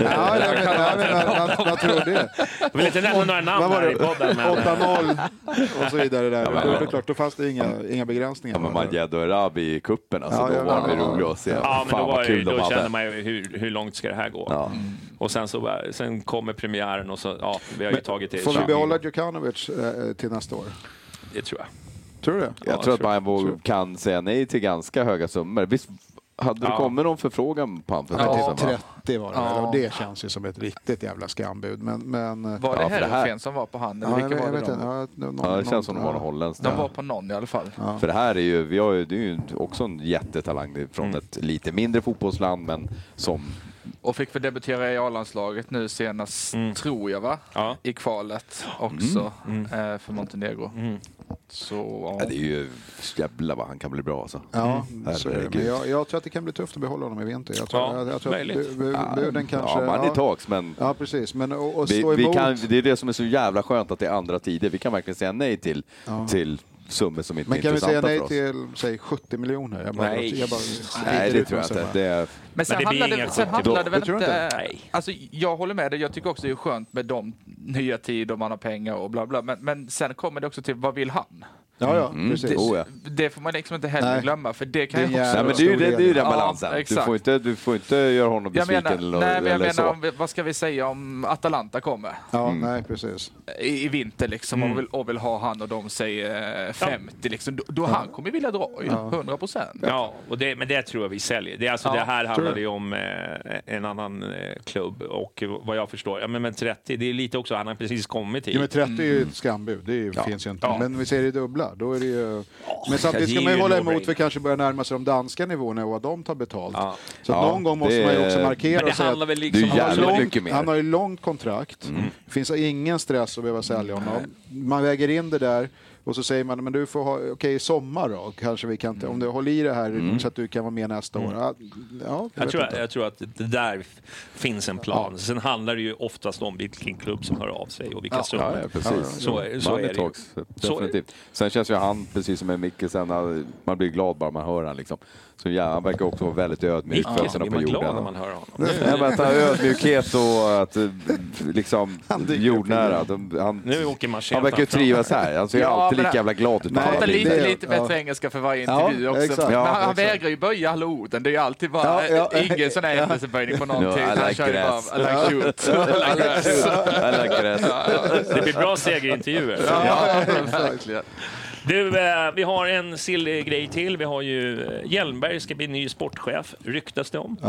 Jag tror det. Jag vill inte nämna några namn här i podden. 8-0 och så vidare där. Det är klart, då fanns det inga begränsningar. Ja, men Madjed och Erabi i kuppen, alltså, då var det roligt att se. Ja, men då kände man ju hur långt ska det här gå. Ja. Och sen kommer premiären och så, vi har ju tagit det. Får vi behålla Djukanovic till nästa år? Det tror jag. Tror du det? Jag tror att Bayern kan säga nej till ganska höga summor. Visst hade det kommit någon förfrågan på honom? 30 var det. Och det känns ju som ett riktigt jävla skambud. Men var det Herrenfen som var på hand? Eller vilka var det? Det känns som de var holländskt. De var på någon i alla fall. Ja. För det här är ju, det är ju också en jättetalang från ett lite mindre fotbollsland, men som... Och fick vi debutera i A-landslaget nu senast, tror jag, va? Ja. I kvalet också för Montenegro. Så, det är ju jävla vad han kan bli bra alltså. Ja, så är det. Men jag tror att det kan bli tufft att behålla honom i vinter. Jag tror att buden kanske... Ja, man är tags, men... Ja, precis. Men och stå emot... Det är det som är så jävla skönt, att det är andra tider. Vi kan verkligen säga nej till summor som inte är intressanta för oss. Men kan vi säga nej till, säg, 70 miljoner? Nej, det tror jag inte. Det är... Men sen handlade det väl inte... Alltså, jag håller med dig. Jag tycker också det är skönt med de nya tider, man har pengar och bla bla. Men sen kommer det också till, vad vill han? Ja, precis. Det får man liksom inte heller glömma, för det kan ju också... Nej, men det är ju den balansen. Du får inte göra honom besviken. Jag menar vad ska vi säga om Atalanta kommer? Ja, nej, precis. I vinter liksom, och vill ha han och de säger 50 liksom. Då han kommer vilja dra 100%. Ja, men det tror jag vi säljer. Det är alltså det här handlar ju om en annan klubb, och vad jag förstår, men 30, det är lite också, han har precis kommit hit. Ja, men 30 är ju ett skambud, det finns ju inte. Men vi ser det dubbla. Då är det ju... Men samtidigt ska man ju hålla emot, för kanske börja närma sig de danska nivåerna och vad de tar betalt. Så att någon gång måste man ju också markera och säga att liksom han har ju långt kontrakt. Det finns ingen stress att behöva sälja honom. Man väger in det där. Och så säger man, men du får ha, i sommar då, kanske vi kan, om du håller i det här så att du kan vara med nästa år. Jag tror att det där finns en plan. Sen handlar det ju oftast om vilken klubb som hör av sig och vilka summor. Ja, precis. Så är det. Definitivt. Sen känns ju han, precis som med Mikkelsen, man blir glad bara man hör han liksom. Så han verkar också vara väldigt ödmjuk för sina på jorden. När man hör honom. Nej, men att ha ödmjukhet och att liksom jordnära. Nu åker man han verkar ju trivas här. Han ser alltid lika jävla glad ut. Han pratar lite bättre engelska för varje intervju också. Men han vägrar ju böja alla orden. Det är ju alltid bara ingen sån här ändelseböjning på någonting. Han kör ju bara I like grass. Det blir bra segerintervjuer. Ja, verkligen. Du, vi har en sillig grej till. Vi har ju Hjelmberg ska bli ny sportchef, ryktas det om.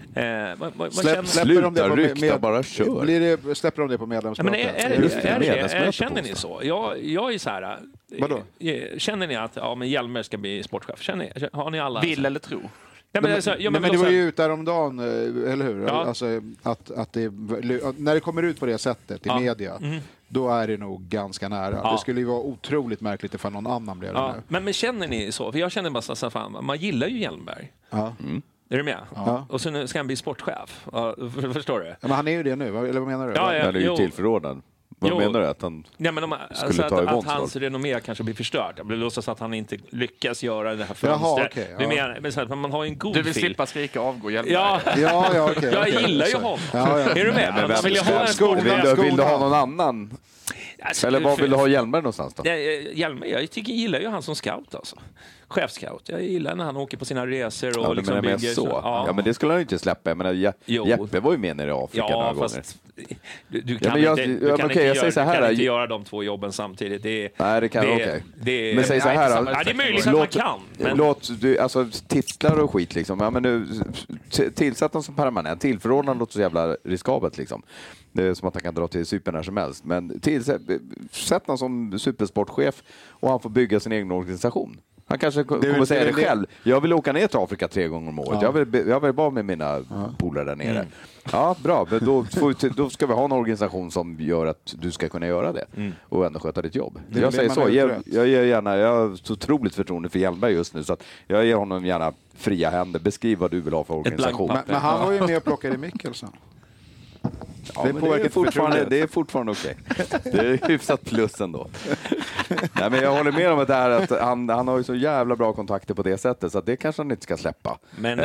Sluta rykta, bara kör. Släpper de det på medlemsmötet? Är känner ni så? Jag är så här. Vadå? Känner ni att Hjelmberg ska bli sportchef? Har ni alla? Vill eller tro? Men det var ju ut däromdagen, eller hur? Ja. Alltså, att det, när det kommer ut på det sättet i media, då är det nog ganska nära. Ja. Det skulle ju vara otroligt märkligt ifall någon annan blev det. Men känner ni så? För jag känner bara så fan, man gillar ju Hjelmberg. Ja. Är du med? Ja. Och så nu ska han bli sportchef. Förstår du? Ja, men han är ju det nu, eller vad menar du? Han är ju tillförordnad. Vad menar du? Att han skulle ta att hans renommé kanske blir förstört. Jag blir låtsas att han inte lyckas göra det här fönstret. Men så att man har en god Du vill slippa skrika avgå hjälp. Okay. Jag gillar ju honom. Är du med? Men vill du ha någon annan? Alltså, eller vad vill du ha Hjelmberg någonstans då? Hjelmberg, jag gillar ju han som scout alltså. Chefscout. Jag gillar när han åker på sina resor och liksom bygger så. Ja, men det skulle han ju inte släppa. Jag menar, Jeppe var ju med nere i Afrika några gånger. Du kan inte göra de 2 jobben samtidigt. Nej, det kan okej. Men säg så här. Det är möjligt att man kan. Men... titlar och skit liksom. Ja, men nu, tillsätt dem som permanent. Tillförordnande låter så jävla riskabelt liksom. Det är som att han kan dra till Cypern när som helst. Men sätt någon som supersportchef och han får bygga sin egen organisation. Han kanske kommer säga det själv. Jag vill åka ner till Afrika 3 gånger om året. Jag vill vara med mina polare där nere. Ja, bra. Men då ska vi ha en organisation som gör att du ska kunna göra det. Och ändå sköta ditt jobb. Jag säger så. Jag har så otroligt förtroende för Hjelmberg just nu. Så att jag ger honom gärna fria händer. Beskriv vad du vill ha för organisation. Men han var ju med och plockade i Mikkelsen. Ja, det är fortfarande okej. Det är hyfsat plus ändå. Nej, men jag håller med om att han har ju så jävla bra kontakter på det sättet så att det kanske han inte ska släppa. Men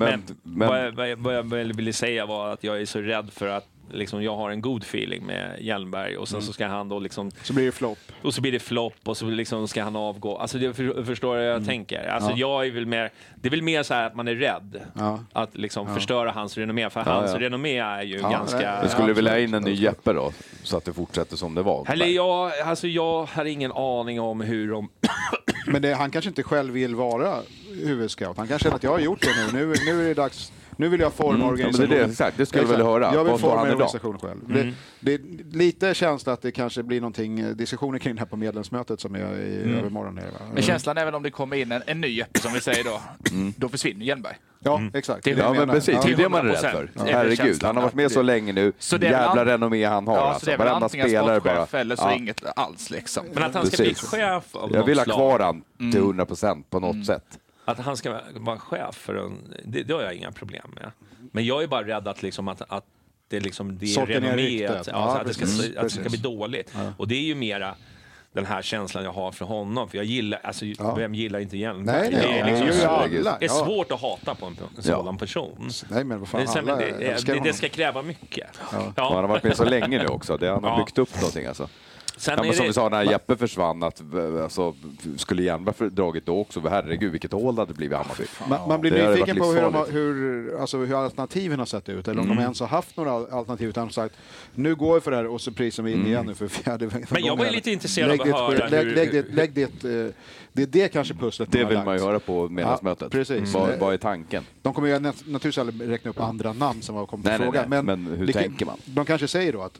vad jag ville säga var att jag är så rädd för att liksom, jag har en god feeling med Hjelmberg och sen så ska han då liksom... Så blir det flopp. Och så blir det flopp och så liksom ska han avgå. Alltså jag förstår vad jag tänker. Alltså jag är väl mer... Det är väl mer så här att man är rädd att liksom förstöra hans renommé. För hans renommé är ju ganska... Jag skulle vilja ha in en ny Jeppe då så att det fortsätter som det var. Eller jag har ingen aning om hur de... Men han kanske inte själv vill vara huvudscout. Han kanske känner att jag har gjort det nu. Nu är det dags... Nu vill jag forma organisationen. Det skulle jag vilja höra. Jag vill forma organisationen själv. Det lite känsla att det kanske blir någonting diskussioner kring det här på medlemsmötet som är i övermorgon. Men känslan är väl om det kommer in en ny Jeppe som vi säger då. Då försvinner Hjelmberg. Ja, exakt. Ja, men precis. Det är det man är rädd för. Herregud, han har varit med så länge nu. Så jävla renommé han har. Ja, så det är väl antingen sportchef eller så inget alls liksom. Men att han ska bli chef av jag vill ha kvar han till 100% på något sätt. Att han ska vara chef för det har jag inga problem med. Men jag är bara rädd att liksom att det liksom det är renomméet, att det ska bli dåligt. Ja. Och det är ju mera den här känslan jag har för honom, för jag gillar vem gillar inte Hjelmberg? Det är svårt att hata på en sådan person. Nej, men vad fan, det ska kräva mycket. Ja. Han har varit med så länge nu också. Han har byggt upp någonting alltså. Sen som vi sa när Jeppe försvann att skulle Hjelmberg dragit då också, herregud vilket hål det hade blivit Hammarby. Man blir nyfiken på hur alternativen har sett ut eller om de ens har haft några alternativ utan sagt nu går vi för det här och så prisar vi in igen nu för fjärde gången. Men jag var lite intresserad av att höra det är det kanske pusslet. Det vill man ju höra på medlemsmötet. Precis. Vad är tanken? De kommer ju naturligtvis aldrig räkna upp andra namn som har kommit till fråga. Men hur tänker man? De kanske säger då att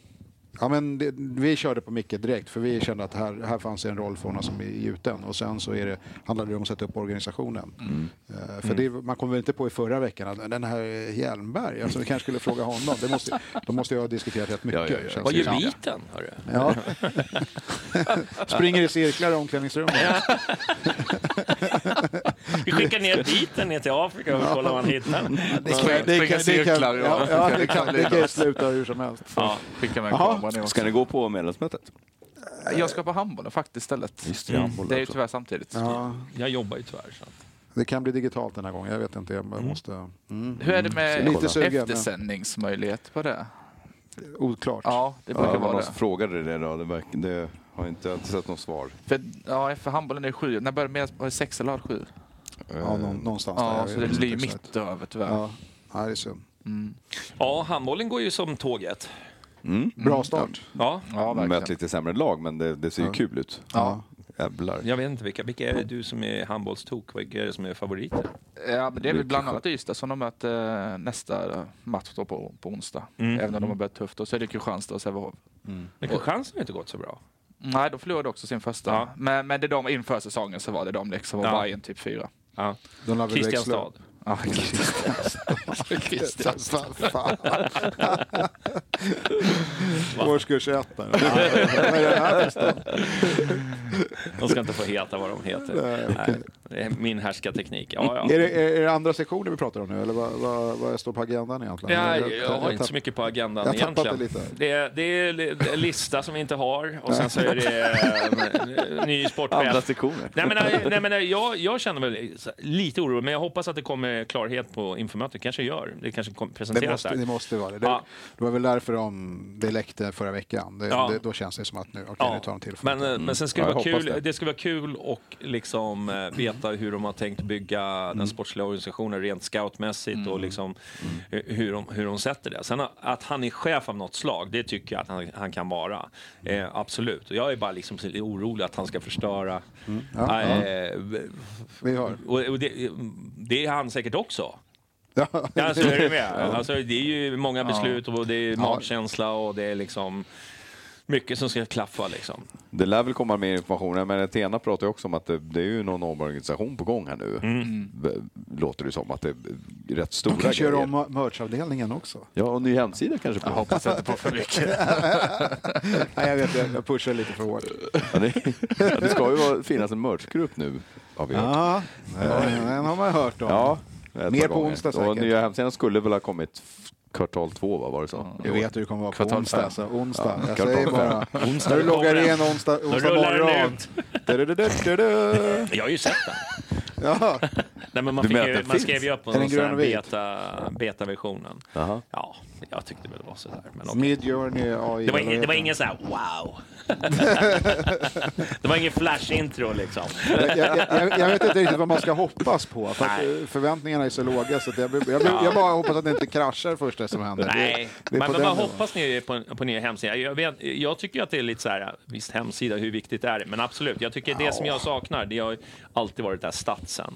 vi körde på Micke direkt för vi kände att här fanns en roll för honom som är gjuten och sen så handlar det om att sätta upp organisationen. För man kommer väl inte på i förra veckan att den här Hjelmberg, alltså vi kanske skulle fråga honom. Då måste jag ha diskuterat rätt mycket. Vad gör biten? Ja. Springer i cirklar i omklädningsrummet. Vi skickar ner biten ner till Afrika och kollar vad han hittar. Det kan sluta hur som helst. Ja, skickar med. Ska ni gå på medlemsmätet? Jag ska på handbollen faktiskt istället. Det är ju tyvärr samtidigt. Ja. Jag jobbar ju tyvärr. Så. Det kan bli digitalt den här gången. Jag vet inte. Jag måste... Hur är det med eftersändningsmöjlighet på det? Oklart. Ja, det brukar vara det. Frågade det då. Det har inte sett något svar. För handbollen är det 7. När börjar det 6 eller 7? Ja, någonstans där. Så det blir ju mitt över tyvärr. Ja, det är synd. Ja, handbollen går ju som tåget. Bra start. Ja, mött lite sämre lag, men det ser ju kul ut. Ja. Jävlar. Jag vet inte vilka är det du som är handbollstok? Vilka är det som är favoriter? Ja, men det är väl bland annat Ystad som de möter nästa match då på onsdag. Även om de har börjat tufft. Och så är det Kristianstad och Sävehof. Men Kristianstad har inte gått så bra. Nej, de förlorade också sin första. Ja. Men det de inför säsongen så var det de liksom var Bayern typ 4. Ja. Kristianstad. Ja, Kristianstad. Årskurs 1. De ska inte få heta vad de heter. Nej, det är min härskarteknik. Ja. Är det andra sektioner vi pratar om nu? Eller vad står på agendan egentligen? Jag har inte så mycket på agendan egentligen. Det är en lista som vi inte har. Och sen så är det ny sportchef. Andra sektioner. Nej, men jag känner mig lite orolig. Men jag hoppas att det kommer klarhet på infomötet. Kanske gör. Det kanske presenteras där. Det måste vara det. Det var väl därför det läckte förra veckan. Då känns det som att nu tar de till. Men sen ska det vara kul. Det ska vara kul och liksom veta veta hur de har tänkt bygga den sportsliga organisationen rent scoutmässigt och liksom hur de sätter det. Sen att han är chef av något slag, det tycker jag att han kan vara. Absolut. Och jag är bara liksom orolig att han ska förstöra. Vi har. Och det är han säkert också. Alltså, är det med? Alltså, det är ju många beslut och det är magkänsla och det är liksom mycket som ska klaffa liksom. Det lär väl komma mer information, men Athena pratar ju också om att det är ju någon omorganisation på gång här nu. Låter det som att det är rätt stora grejer. De kan köra om merchavdelningen också. Ja, och ny hemsida kanske. Jag hoppas inte på för mycket. Nej, jag vet, jag pushar lite för hårt. Det ska ju finnas en merchgrupp nu. Ja, den har man hört om. Ja, mer på onsdag säkert. Och nya hemsidan skulle väl ha kommit kvartal 2, va, var det så? Jag vet hur det kommer vara på onsdag. Så onsdag. Ja, jag säger bara, onsdag du loggar in onsdag morgon. Jag har ju sett den. Ja. Nej, men man skrev ju upp på någon beta-versionen. Ja, jag tyckte väl det var sådär. Mid-journey AI. Det var ingen så här wow. Det var ingen flash-intro liksom. Jag vet inte riktigt vad man ska hoppas på. För att förväntningarna är så låga så att jag bara hoppas att det inte kraschar första som händer. Nej, men man hoppas ni på nya hemsida. Jag tycker att det är lite så här, visst hemsida, hur viktigt är det? Men absolut, jag tycker det som jag saknar, det har alltid varit där statsen.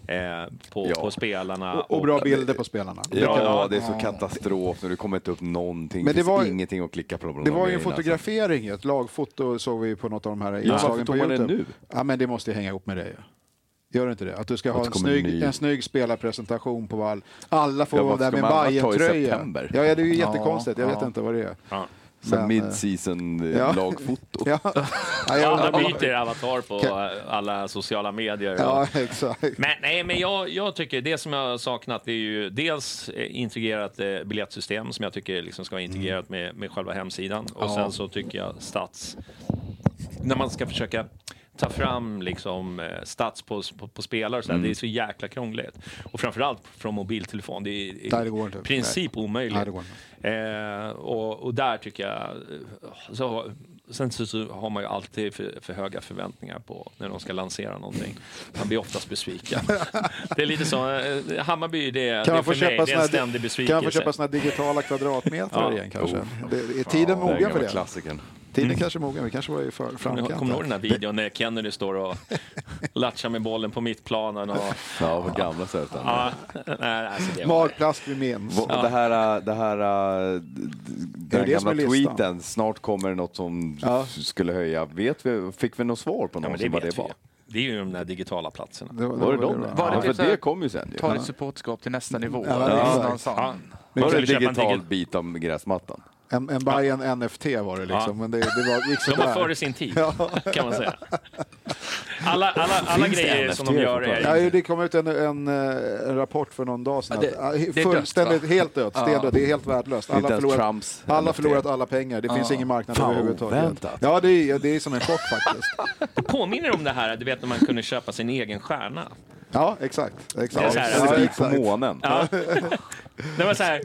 På spelarna. Och bra bilder på spelarna. Ja, det är så katastrof när det kommer inte upp någonting. Men det var ingenting att klicka på. Det var ju en fotografering, ett lagfoto såg vi på något av de här inslagen på YouTube. Nu? Ja, men det måste ju hänga ihop med det. Gör inte det? Att du ska ha en snygg spelarpresentation på all. Alla får vara där med Bayern-tröja. Ja, det är ju jättekonstigt. Jag vet inte vad det är. Ja. Men mid-season lagfoto. Alla byter avatar på alla sociala medier. Ja, exakt. Men jag tycker det som jag har saknat är ju dels integrerat biljettsystem som jag tycker liksom ska vara integrerat med själva hemsidan. Och sen så tycker jag stats. När man ska försöka ta fram liksom stats på spelare så det är så jäkla krångligt. Och framförallt från mobiltelefon. Det är i princip omöjligt. Och där tycker jag sen så har man ju alltid för höga förväntningar på när de ska lansera någonting. Man blir oftast besviken. Det är lite så Hammarby, det är för mig det är en ständig besvikelse. Kan man få köpa såna digitala kvadratmeter igen kanske? Det är tiden mogen för det. Klassikern. Tiden kanske mogen, vi kanske var ju framkant. Kommer du ihåg den här videon när Kennedy står och latchar med bollen på mittplanen? Och... Ja, vad gamla sötan. Magplast vi minns. Det här den gamla tweeten, snart kommer det något som skulle höja. Fick vi något svar på någon som vad det var? Det är ju de där digitala platserna. Var det de? För det kom ju sen. Ta ditt supportskap till nästa nivå. Var det en digital bit av gräsmattan? En Bayern NFT var det liksom, men det gick så de var före sin tid, kan man säga. Alla grejer som de gör är... Ja, det kom ut en rapport för någon dag sedan. Fullständigt helt dött, det är helt värdelöst. Alla förlorat alla pengar, det finns ingen marknad överhuvudtaget. Ja, det är som en chock faktiskt. Det påminner om det här, du vet när man kunde köpa sin egen stjärna. Ja, exakt. På månen. Ja. Det var så här,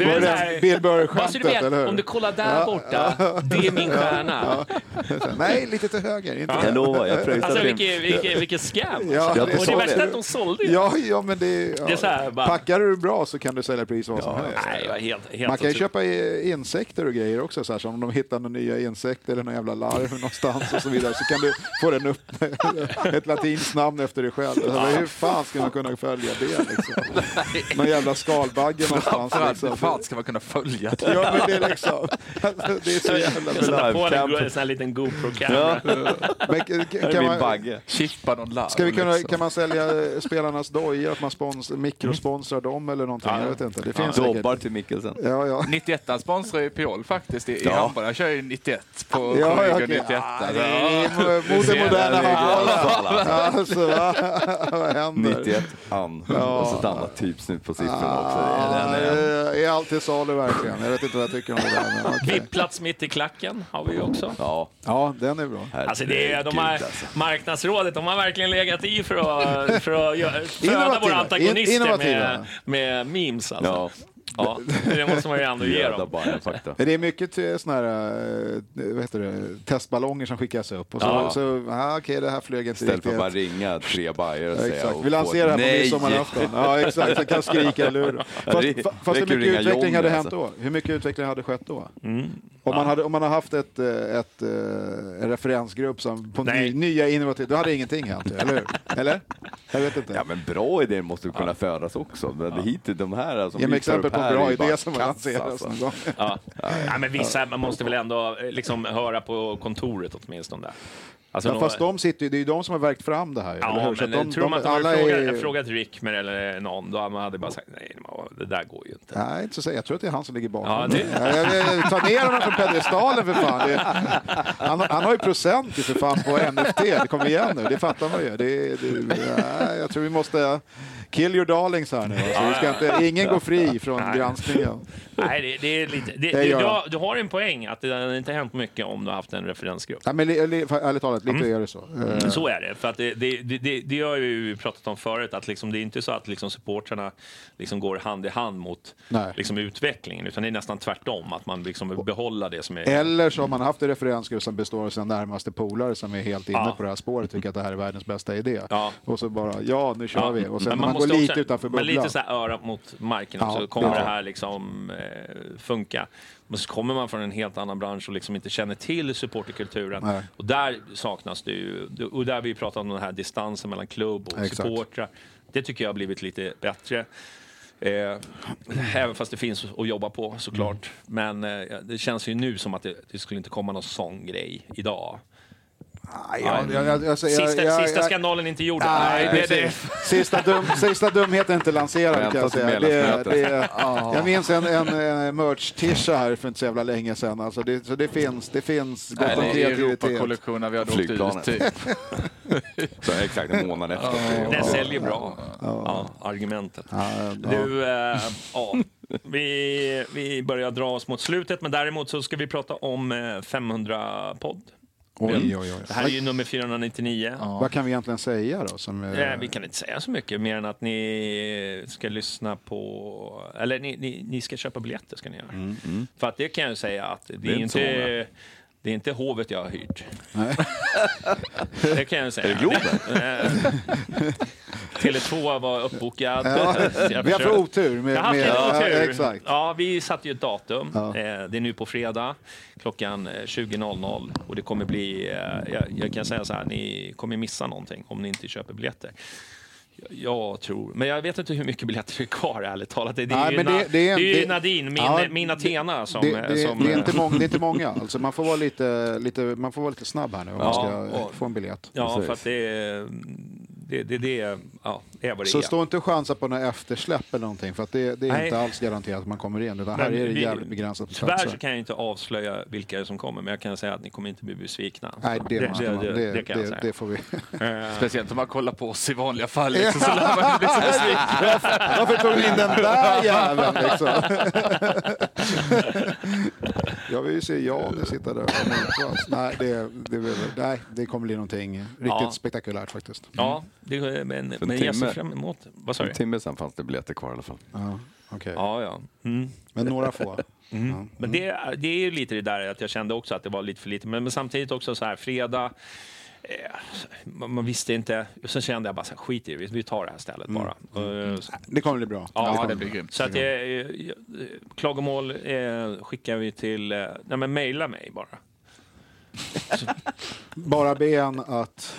om du kollar där borta, det är min stjärna. Nej, lite till höger. Inte jag lovar, jag pröjsar. Alltså vilket scam. Och det värsta att de sålde. Ja, men det är så här, bara... Packar du bra så kan du sälja pris vad som helst. Nej, helt man kan ju köpa insekter och grejer också, så här, som om de hittar några nya insekter eller någon jävla larv någonstans och så vidare, så kan du få den upp ett latinskt namn efter dig själv. Hur fan ska man kunna följa det liksom? Någon jävla skalbagge någonstans. Hur fan ska man kunna följa det? Ja, men det är liksom... Det är så jävla belagt. En sån här liten GoPro-kamera. Kan man... Chippa någon larv. Kan man sälja spelarnas dojor, att man mikrosponsrar dem eller någonting? Jag vet inte. Det finns jobbar till Mikkelsen. Ja. 91 sponsrar ju Piol faktiskt i Hamburg. Jag kör ju 91 på Kollega 91. Mot det moderna Hamburg. Alltså, vad händer? 91 och så ett annat typsnitt på siffrorna också. Det är alltid salu verkligen. Jag vet inte vad jag tycker om det där. VIP-plats mitt i klacken har vi ju också. Ja, den är bra. Alltså de här marknadsrådet, de har verkligen legat i för att föda våra antagonister med memes. Alltså. Ja, det måste man ju ändå ge dem. Det är mycket såna här vad heter det, testballonger som skickas upp. Och så, okej, det här flög inte istället riktigt. Istället för bara ringa 3 bajer och säga... Exakt, vi lanserar här på midsommarafton. Ja, exakt, så kan skrika lur. Fast hur mycket utveckling hade hänt då? Hur mycket utveckling hade skett då? Om man har haft en referensgrupp som på nya innovativa, då hade ingenting hänt, eller hur? Eller? Jag vet inte. Ja, men bra idéer måste ju kunna födas också. Men hit de här som vi exempel på bra idéer som lanseras någon gång. Ja, men vissa man måste väl ändå liksom höra på kontoret åtminstone där. Alltså fast de sitter, det är ju de som har verkt fram det här. Ja, men tror man att de hade frågat Rickmer eller någon, då man hade bara sagt nej, det där går ju inte. Nej, inte så säga. Jag tror att det är han som ligger bakom. Ja, ta ner honom från pedestalen för fan. Han har ju procent för fan på NFT. Det kommer igen nu, det fattar man ju. Jag tror vi måste kill your darlings här nu. Så vi ska inte, ingen går fri från granskningen. Nej, det är lite... Du har en poäng att det har inte hänt mycket om du har haft en referensgrupp. Ja, men ärligt talat, lite är det så. Så är det. För att det har ju pratat om förut, att liksom, det är inte så att liksom supportrarna liksom går hand i hand mot liksom utvecklingen, utan det är nästan tvärtom, att man liksom behåller det som är... Eller så har man haft en referensgrupp som består av sina närmaste polare som är helt inne på det här spåret, tycker att det här är världens bästa idé. Och så bara, nu kör vi. Och sen man går lite utanför bubblan. Men lite så här öra mot marken, så kommer det här liksom funka. Men så kommer man från en helt annan bransch och liksom inte känner till supporterkulturen. Och där saknas det ju, och där vi pratar om den här distansen mellan klubb och supportrar. Det tycker jag har blivit lite bättre. Även fast det finns att jobba på såklart. Men det känns ju nu som att det skulle inte komma någon sån grej idag. Sista skandalen inte gjord. Sista dumheten inte lanserad, kan jag säga. Jag minns en merch-tisha här för inte så jävla länge sedan. Alltså det finns gott om kreativitet. Europakollektionen vi hade åkt ut typ. Så exakt en månad efter. Den säljer bra. Argumentet. Vi börjar dra oss mot slutet, men däremot så ska vi prata om 500-podd. Oj. Det här är ju nummer 499. Vad kan vi egentligen säga då? Vi kan inte säga så mycket mer än att ni ska lyssna på... Eller ni ska köpa biljetter, ska ni göra. För att det kan jag säga att det är inte hovet jag har hyrt. Nej. Det kan jag säga. Är det Globen? Tele2 var uppbokad. Vi har för otur. Exakt. Ja, vi satte ju ett datum. Det är nu på fredag klockan 20.00. Och det kommer bli... jag kan säga så här, ni kommer missa någonting om ni inte köper biljetter. Jag tror, men jag vet inte hur mycket biljetter det är kvar, ärligt talat. Det är ju Nadine, min Athena som... Det är inte många. Alltså man får vara lite snabb här nu om man ska få en biljett. Ja, för att det är vad det så är. stå inte och chansa på några eftersläpp eller någonting, för att det är inte alls garanterat att man kommer in. Utan här är det jävligt begränsat på tyvärr så kan jag inte avslöja vilka det som kommer, men jag kan säga att ni kommer inte bli besvikna. Nej, det får vi. Speciellt om man kollar på oss i vanliga fall. Så lär man bli så besviken. Varför tog ni in den där jäveln liksom? Jag vill ju se Jan sitta där. Nej, det kommer bli någonting riktigt spektakulärt faktiskt. Ja, men jag ser fram emot. Vad sa du? En timme sen fanns det biljetter kvar i alla fall. Ja, okej. Ja. Men några få. Men det är ju lite det där att jag kände också att det var lite för lite. Men samtidigt också så här, fredag... man visste inte. Och sen kände jag bara så här, skit i det. Vi tar det här stället bara. Det kommer bli bra. Ja, det blir grymt. Så att klagomål skickar vi till... mejla mig bara. Bara ben att...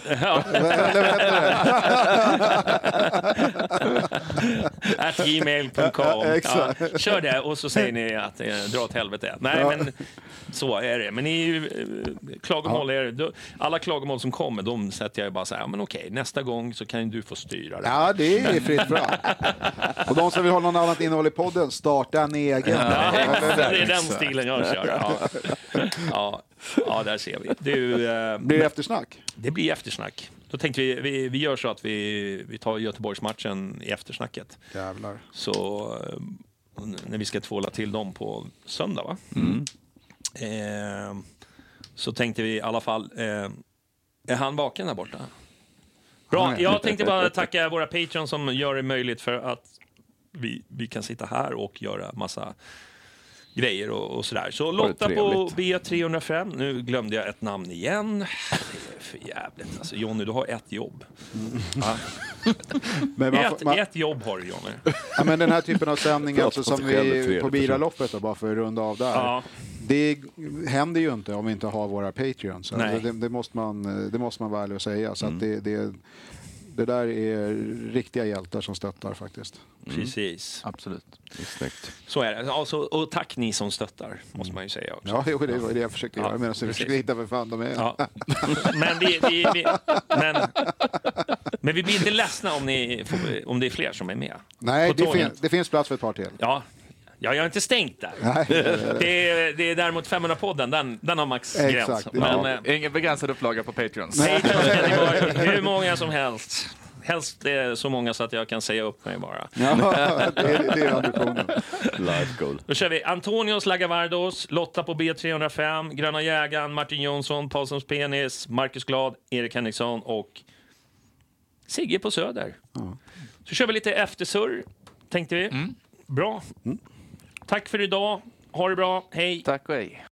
@gmail.com. Kör det och så säger ni att dra åt helvete. Nej, men så är det. Men klagomål alla klagomål som kommer, de sätter jag bara så här, men okej, nästa gång så kan du få styra det. Ja, det är fritt bra. Och de som vill ha någon annat innehåll i podden, starta en egen. Det är den stilen jag kör. Ja, där ser vi. Blir det eftersnack? Det blir eftersnack. Då tänkte vi gör så att vi tar Göteborgsmatchen i eftersnacket. Jävlar. Så när vi ska tvåla till dem på söndag, va? Så tänkte vi i alla fall, är han vaken där borta? Bra, jag tänkte bara tacka våra patrons som gör det möjligt för att vi kan sitta här och göra massa grejer och sådär. Så Lotta på B305. Nu glömde jag ett namn igen. Det är för jävligt. Alltså, Jonny, du har ett jobb. Ja. Men ett jobb har du, Jonny. Ja, men den här typen av sändning alltså, som vi på Biraloppet då, bara för att runda av där. Ja. Det händer ju inte om vi inte har våra Patreons. Alltså, det måste man vara ärlig och säga. Så att det där är riktiga hjältar som stöttar faktiskt. Precis. Absolut. Så är det. Alltså, och tack ni som stöttar, måste man ju säga också. Ja, det var det jag försökte göra. Men jag försökte hitta för fan de är. Ja. Men vi blir inte ledsna om det är fler som är med. Nej, det finns plats för ett par till. Ja. Jag har inte stängt där. Det är däremot 500-podden, den har max gräns. Men, ingen begränsad upplaga på Patreons. Hur många som helst. Helst så många så att jag kan säga upp mig bara. Ja, det är ambitionen. Life goal. Då kör vi Antonios Lagavardos, Lotta på B305, Gröna Jägaren, Martin Jonsson, Paulssons Penis, Marcus Glad, Erik Henriksson och Sigge på Söder. Så kör vi lite eftersurr, tänkte vi. Bra. Tack för idag. Ha det bra. Hej. Tack och hej.